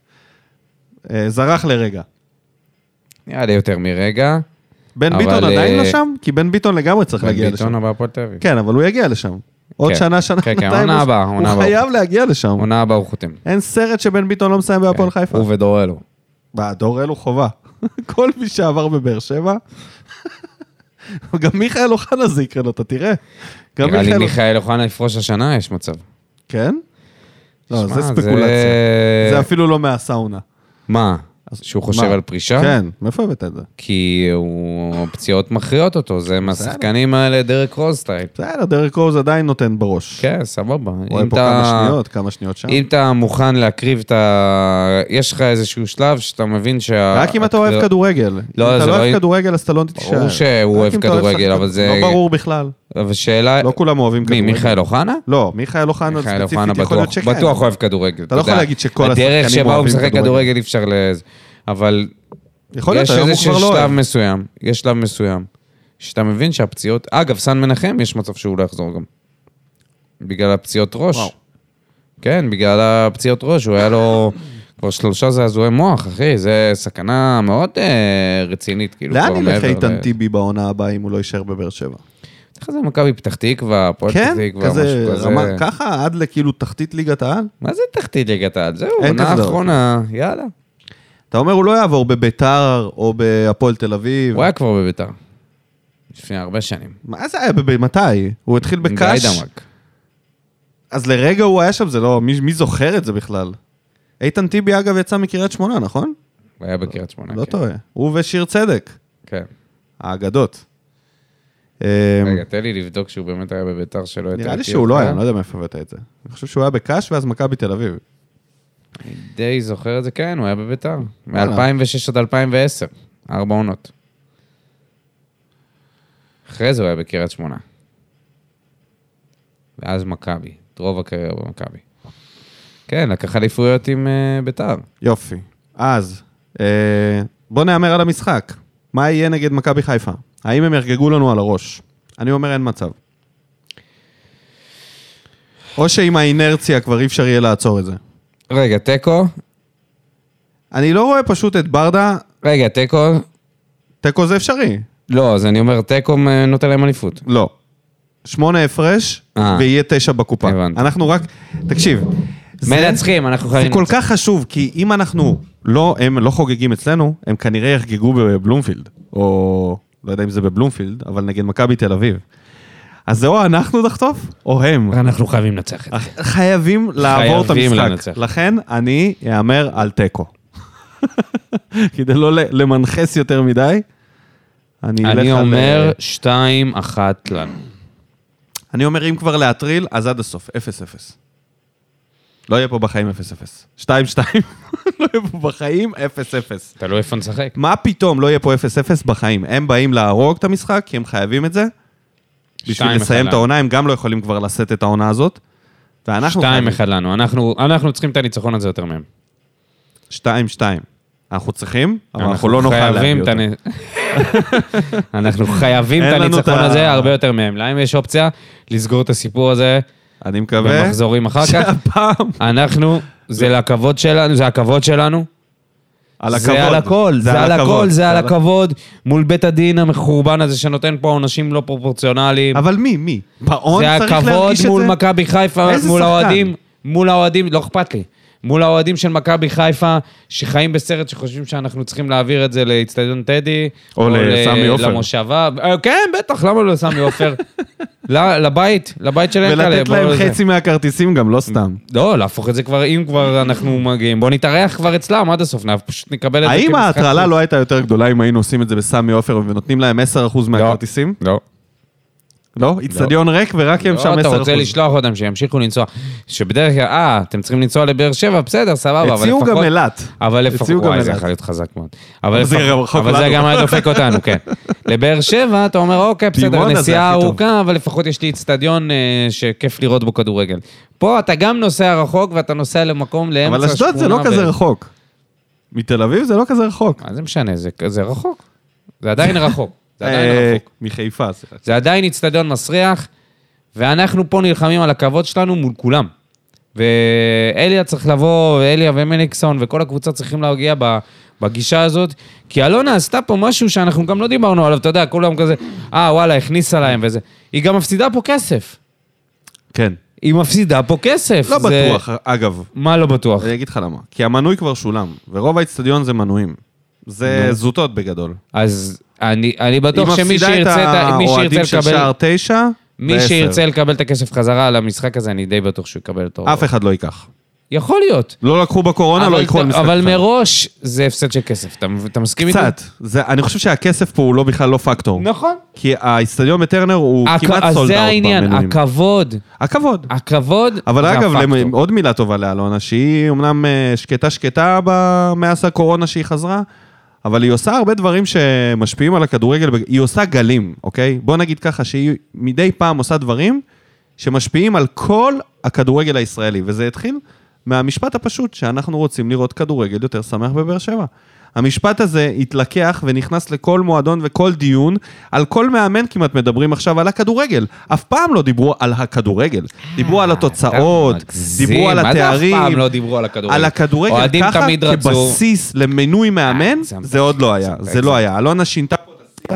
זרח לרגע. נראה לי יותר מרגע. בן ביטון עדיין לא שם? כי בן ביטון לגמרי צריך להגיע לשם. בן ביטון הבא פה טבי. כן, אבל הוא יגיע לשם. עוד שנה, שנה, נתיים. הוא חייב להגיע לשם. עונה הבאה הוא חותם. אין סרט שבן ביטון לא מסיים בהפועל חיפה. הוא ודור אלו. דור אלו חובה. כל מי שעבר בבאר שבע. גם מיכאל אוחנה זה יקרה לו, אתה תראה. נראה לי מיכאל אוחנה יפרוש השנה, יש מצב. כן? לא, זה ספקולציה. זה אפילו לא מהסאונה. מה? שהוא חושב על פרישה? כן, מאיפה הבאת את זה? כי הוא פציעות מכריעות אותו, זה מהשחקנים האלה דרק רוז סטייל. בסדר, דרק רוז עדיין נותן בראש. כן, סבבה. הוא היה פה כמה שניות, כמה שניות שם. אם אתה מוכן להקריב את ה... יש לך איזשהו שלב שאתה מבין שה... רק אם אתה אוהב כדורגל. אם אתה לא אוהב כדורגל, אז אתה לא תשאר. ברור שהוא אוהב כדורגל, אבל זה... לא ברור בכלל. ושאלה... לא כולם אוהבים כדורגל. מי, מיכאל אוחנה? לא, מיכאל אוחנה ספציפית יכול להיות שכן. בטוח אוהב כדורגל. אתה לא יכול להגיד שכל הדרך שבה הוא משחק כדורגל אפשר לזה. אבל יש איזשהו שלב מסוים, יש שלב מסוים, שאתה מבין שהפציעות, אגב, סן מנחם יש מצב שהוא לא יחזור גם. בגלל הפציעות ראש. כן, בגלל הפציעות ראש, הוא היה לו כבר שלושה זעזועי מוח, אחי, זה סכנה מאוד רצינית. לאן ילך איתן טיבי בעונה הבאה אם הוא לא יישאר בבאר שבע? איך זה מכבי פתח תקווה, הפועל פתח תקווה, משהו כזה. ככה עד לכאילו תחתית ליגת העל? מה זה תחתית ליגת העל? זהו, עונה האחרונה, יאללה. אתה אומר, הוא לא יעבור בביתר או בהפועל תל אביב. הוא היה כבר בביתר. לפני הרבה שנים. מה זה היה? מתי? הוא התחיל בקש? גיידמק. אז לרגע הוא היה שם, זה לא... מי, מי זוכר את זה בכלל? איתן טיבי, אגב, יצא מקריית שמונה, נכון? הוא היה בקריית שמונה, לא כן. טועה. הוא ושיר צדק. כן. האגדות. רגע, תן לי לבדוק שהוא באמת היה בביתר שלו. נראה לי שהוא לא היה, אני לא יודע מאיפה הבאת את זה. אני חושב שהוא היה בקש ואז מכבי תל אביב. אני די זוכר את זה, כן, הוא היה בביתר. מ-אלפיים ושש עד אלפיים ועשר, ארבע עונות. אחרי זה הוא היה בקריית שמונה. ואז מכבי, רוב הקריירה במכבי. כן, לקח אליפויות עם ביתר. יופי. אז, בוא נאמר על המשחק. מה יהיה נגד מכבי חיפה? האם הם ירגגו לנו על הראש? אני אומר אין מצב. או שעם האינרציה כבר אי אפשר יהיה לעצור את זה. רגע, טקו? אני לא רואה פשוט את ברדה. רגע, טקו? טקו זה אפשרי. לא, אז אני אומר, טקו נותן להם אליפות. לא. שמונה הפרש, ויהיה תשע בקופה. הבנתי. אנחנו רק, תקשיב. מנצחים, אנחנו חייבים. זה כל כך חשוב, כי אם אנחנו לא, הם לא חוגגים אצלנו, הם כנראה יחגגו בבלומפילד, או לא יודע אם זה בבלומפילד, אבל נגד מכבי תל אביב. אז זה או אנחנו נחטוף, או הם. אנחנו חייבים לנצח את זה. חייבים לעבור את המשחק. לנצח. לכן אני אאמר על טקו. כדי לא למנחס יותר מדי, אני, אני אומר שתיים אחת לנו. אני אומר, אם כבר להטריל, אז עד הסוף, אפס אפס. לא יהיה פה בחיים אפס אפס. שתיים שתיים, לא יהיה פה בחיים אפס אפס. אתה לא איפה נשחק. מה פתאום לא יהיה פה אפס אפס בחיים? הם באים להרוג את המשחק, כי הם חייבים את זה. בשביל לסיים את העונה, הם גם לא יכולים כבר לשאת את העונה הזאת. שתיים אחד לנו. אנחנו צריכים את הניצחון הזה יותר מהם. שתיים שתיים. אנחנו צריכים, אבל אנחנו לא נוכל להביא אותו. אנחנו חייבים את הניצחון הזה הרבה יותר מהם. להם יש אופציה לסגור את הסיפור הזה. אני מקווה. במחזורים אחר כך. שהפעם. אנחנו, זה הכבוד שלנו, זה הכבוד שלנו. על הכבוד. זה על הכל, זה על הכל, זה על הכבוד. מול בית הדין המחורבן הזה שנותן פה עונשים לא פרופורציונליים. אבל מי, מי? פאון צריך להרגיש את זה? זה הכבוד מול מכבי חיפה, מול האוהדים. מול האוהדים, לא אכפת לי. מול האוהדים של מכבי חיפה, שחיים בסרט שחושבים שאנחנו צריכים להעביר את זה לאצטדיון טדי, או לסמי עופר. למושבה. כן, בטח, למה לא לסמי עופר? לבית, לבית שלהם כאלה. ולתת להם חצי מהכרטיסים גם, לא סתם. לא, להפוך את זה כבר, אם כבר אנחנו מגיעים, בוא נתארח כבר אצלם עד הסוף, פשוט נקבל את זה. האם ההטרלה לא הייתה יותר גדולה אם היינו עושים את זה בסמי עופר ונותנים להם עשרה אחוז מהכרטיסים? לא. לא? אצטדיון ריק ורק הם שם עשרה אחוז. לא, אתה רוצה לשלוח אותם שימשיכו לנסוע. שבדרך כלל, אה, אתם צריכים לנסוע לבאר שבע, בסדר, סבבה. הציעו גם אלת. אבל לפחות, וואי, זה יכול להיות חזק מאוד. אבל זה גם היה דופק אותנו, כן. לבאר שבע, אתה אומר, אוקיי, בסדר, נסיעה ארוכה, אבל לפחות יש לי אצטדיון שכיף לראות בו כדורגל. פה אתה גם נוסע רחוק, ואתה נוסע למקום לאמצע אבל אשדוד זה לא כזה רחוק. מתל אביב זה לא כזה רחוק. מה זה משנה, זה רחוק. זה עדיין רחוק. זה עדיין רחוק. מחיפה. זה עדיין אצטדיון מסריח, ואנחנו פה נלחמים על הכבוד שלנו מול כולם. ואליה צריך לבוא, אליה ומניקסון, וכל הקבוצה צריכים להגיע בגישה הזאת, כי אלונה עשתה פה משהו שאנחנו גם לא דיברנו עליו, אתה יודע, כולם כזה, אה, וואלה, הכניסה להם וזה. היא גם מפסידה פה כסף. כן. היא מפסידה פה כסף. לא בטוח, אגב. מה לא בטוח? אני אגיד לך למה. כי המנוי כבר שולם, ורוב האצטדיון זה מנויים. זה זוטות בגדול. אז אני, אני בטוח שמי שירצה, מי שירצה לקבל, תשע, מי שירצה לקבל את הכסף חזרה על המשחק הזה, אני די בטוח שהוא יקבל אותו. אף אחד לא ייקח. יכול להיות. לא לקחו בקורונה, לא יקחו על משחק. אבל מראש זה הפסד של כסף. אתה, אתה מסכים איתי? קצת. אני חושב שהכסף פה הוא לא בכלל לא פקטור. נכון. כי האצטדיון בטרנר הוא כמעט סולד אאוט. אז זה העניין, הכבוד. הכבוד. הכבוד. אבל אגב, עוד מילה טובה לאלונה, שהיא אמנם שקטה שקטה במאז הקורונה שהיא חזרה, אבל היא עושה הרבה דברים שמשפיעים על הכדורגל, היא עושה גלים, אוקיי? בוא נגיד ככה, שהיא מדי פעם עושה דברים שמשפיעים על כל הכדורגל הישראלי, וזה התחיל מהמשפט הפשוט, שאנחנו רוצים לראות כדורגל יותר שמח בבאר שבע. המשפט הזה התלקח ונכנס לכל מועדון וכל דיון, על כל מאמן כמעט מדברים עכשיו על הכדורגל. אף פעם לא דיברו על הכדורגל. דיברו על התוצאות, דיברו על התארים. אף פעם לא דיברו על הכדורגל. על הכדורגל ככה, כבסיס למינוי מאמן, זה עוד לא היה. זה לא היה. אלונה שינתה פה את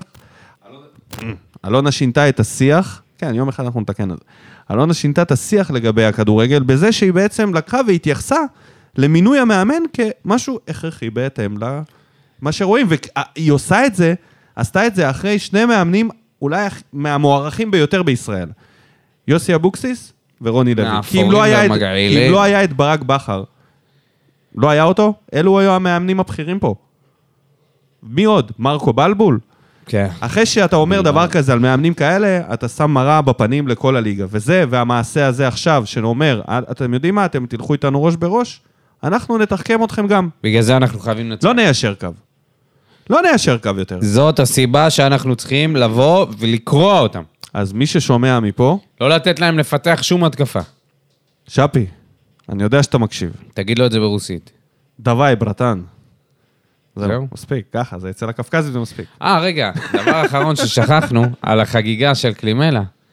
השיח. אלונה שינתה את השיח. כן, יום אחד אנחנו נתקן את זה. אלונה שינתה את השיח לגבי הכדורגל, בזה שהיא בעצם לקחה והתייחסה למינוי המאמן כמשהו הכרחי בהתאם למה שרואים, והיא עושה את זה, עשתה את זה אחרי שני מאמנים, אולי מהמוערכים ביותר בישראל. יוסי אבוקסיס ורוני לוי. כי אם לא היה את, אם לא היה את ברק בכר, לא היה אותו, אלו היו המאמנים הבכירים פה. מי עוד? מרקו בלבול? כן. אחרי שאתה אומר דבר כזה על מאמנים כאלה, אתה שם מראה בפנים לכל הליגה. וזה, והמעשה הזה עכשיו, שאומר, אתם יודעים מה, אתם תלכו איתנו ראש בראש, אנחנו נתחכם אתכם גם. בגלל זה אנחנו חייבים לצאת. לא ניישר קו. לא ניישר קו יותר. זאת הסיבה שאנחנו צריכים לבוא ולקרוא אותם. אז מי ששומע מפה... לא לתת להם לפתח שום התקפה. שפי, אני יודע שאתה מקשיב. תגיד לו את זה ברוסית. דווי, ברטן. זהו? מספיק, ככה, זה אצל הקפקזים זה מספיק. אה, רגע, דבר אחרון ששכחנו, על החגיגה של קלימלה.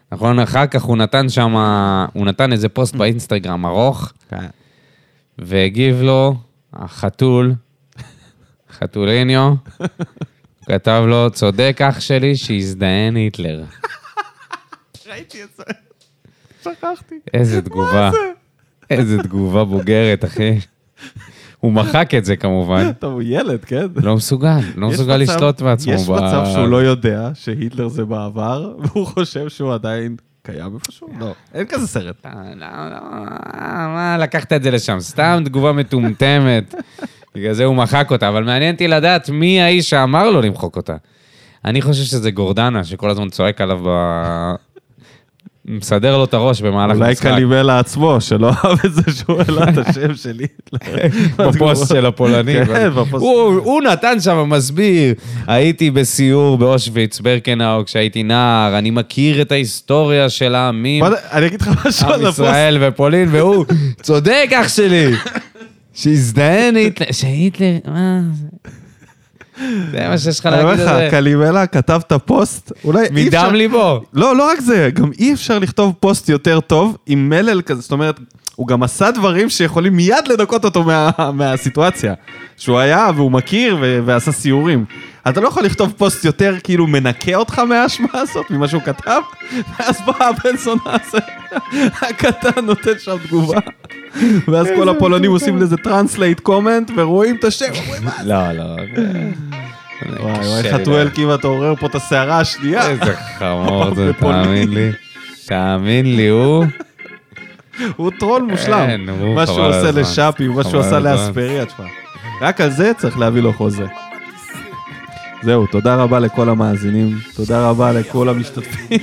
נכון, אחר כך הוא נתן שם, הוא נתן איזה פוסט באינסטגרם ארוך, והגיב לו, החתול, חתוליניו, כתב לו, צודק אח שלי שהזדהן היטלר. ראיתי את זה, שכחתי. איזה תגובה, איזה תגובה בוגרת, אחי. הוא מחק את זה כמובן. טוב, הוא ילד, כן? לא מסוגל, לא מסוגל לשלוט בעצמו. יש מצב שהוא לא יודע שהיטלר זה בעבר, והוא חושב שהוא עדיין קיים איפשהו? לא, אין כזה סרט. לא, לא, מה, לקחת את זה לשם, סתם תגובה מטומטמת. בגלל זה הוא מחק אותה, אבל מעניין אותי לדעת מי האיש שאמר לו למחוק אותה. אני חושב שזה גורדנה, שכל הזמן צועק עליו ב... מסדר לו את הראש במהלך אולי קלימלה עצמו, שלא אהב את זה שהוא העלה את השם שלי. בפוסט של הפולנים. כן, בפוסט. הוא נתן שם מסביר, הייתי בסיור באושוויץ, ברקנאו, כשהייתי נער, אני מכיר את ההיסטוריה של העמים. אני אגיד לך משהו על הפוסט. עם ישראל ופולין, והוא צודק אח שלי. שהזדהן היטלר, שהיטלר, מה זה? זה מה שיש לך להגיד על זה. אני אומר לך, קלימלה כתב את הפוסט, אולי אי אפשר... מדם ליבו. לא, לא רק זה, גם אי אפשר לכתוב פוסט יותר טוב עם מלל כזה, זאת אומרת, הוא גם עשה דברים שיכולים מיד לדקות אותו מה, מהסיטואציה. שהוא היה והוא מכיר ו- ועשה סיורים. אתה לא יכול לכתוב פוסט יותר כאילו מנקה אותך מהאשמה הזאת, ממה שהוא כתב, ואז בא הבן זונה הזה, הקטן נותן שם תגובה, ואז כל הפולנים עושים לזה טרנסלייט קומנט, ורואים את השם, אומרים מה זה? לא, לא. וואי, וואי, חתואל כמעט עורר פה את השערה השנייה. איזה חמור זה, תאמין לי. תאמין לי, הוא... הוא טרול מושלם. מה שהוא עושה לשאפי, מה שהוא עושה לאספריה, תשמע. רק על זה צריך להביא לו חוזה. זהו, תודה רבה לכל המאזינים, תודה רבה לכל המשתתפים.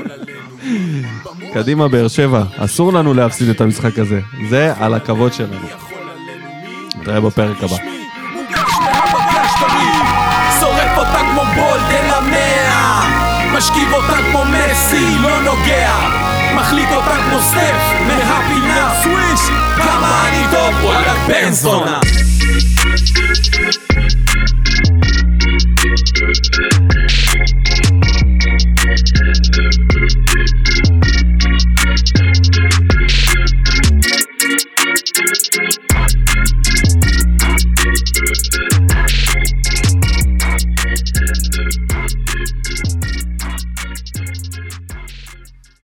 קדימה באר שבע, אסור לנו להפסיד את המשחק הזה, זה על הכבוד שלנו. נתראה בפרק הבא. שורף אותה כמו בולדן המאה, משכיב אותה כמו מסי, לא נוגע, מחליט אותה כמו סטף, מהפינה סוויש, כמה אני טוב, וואלה בן זונה.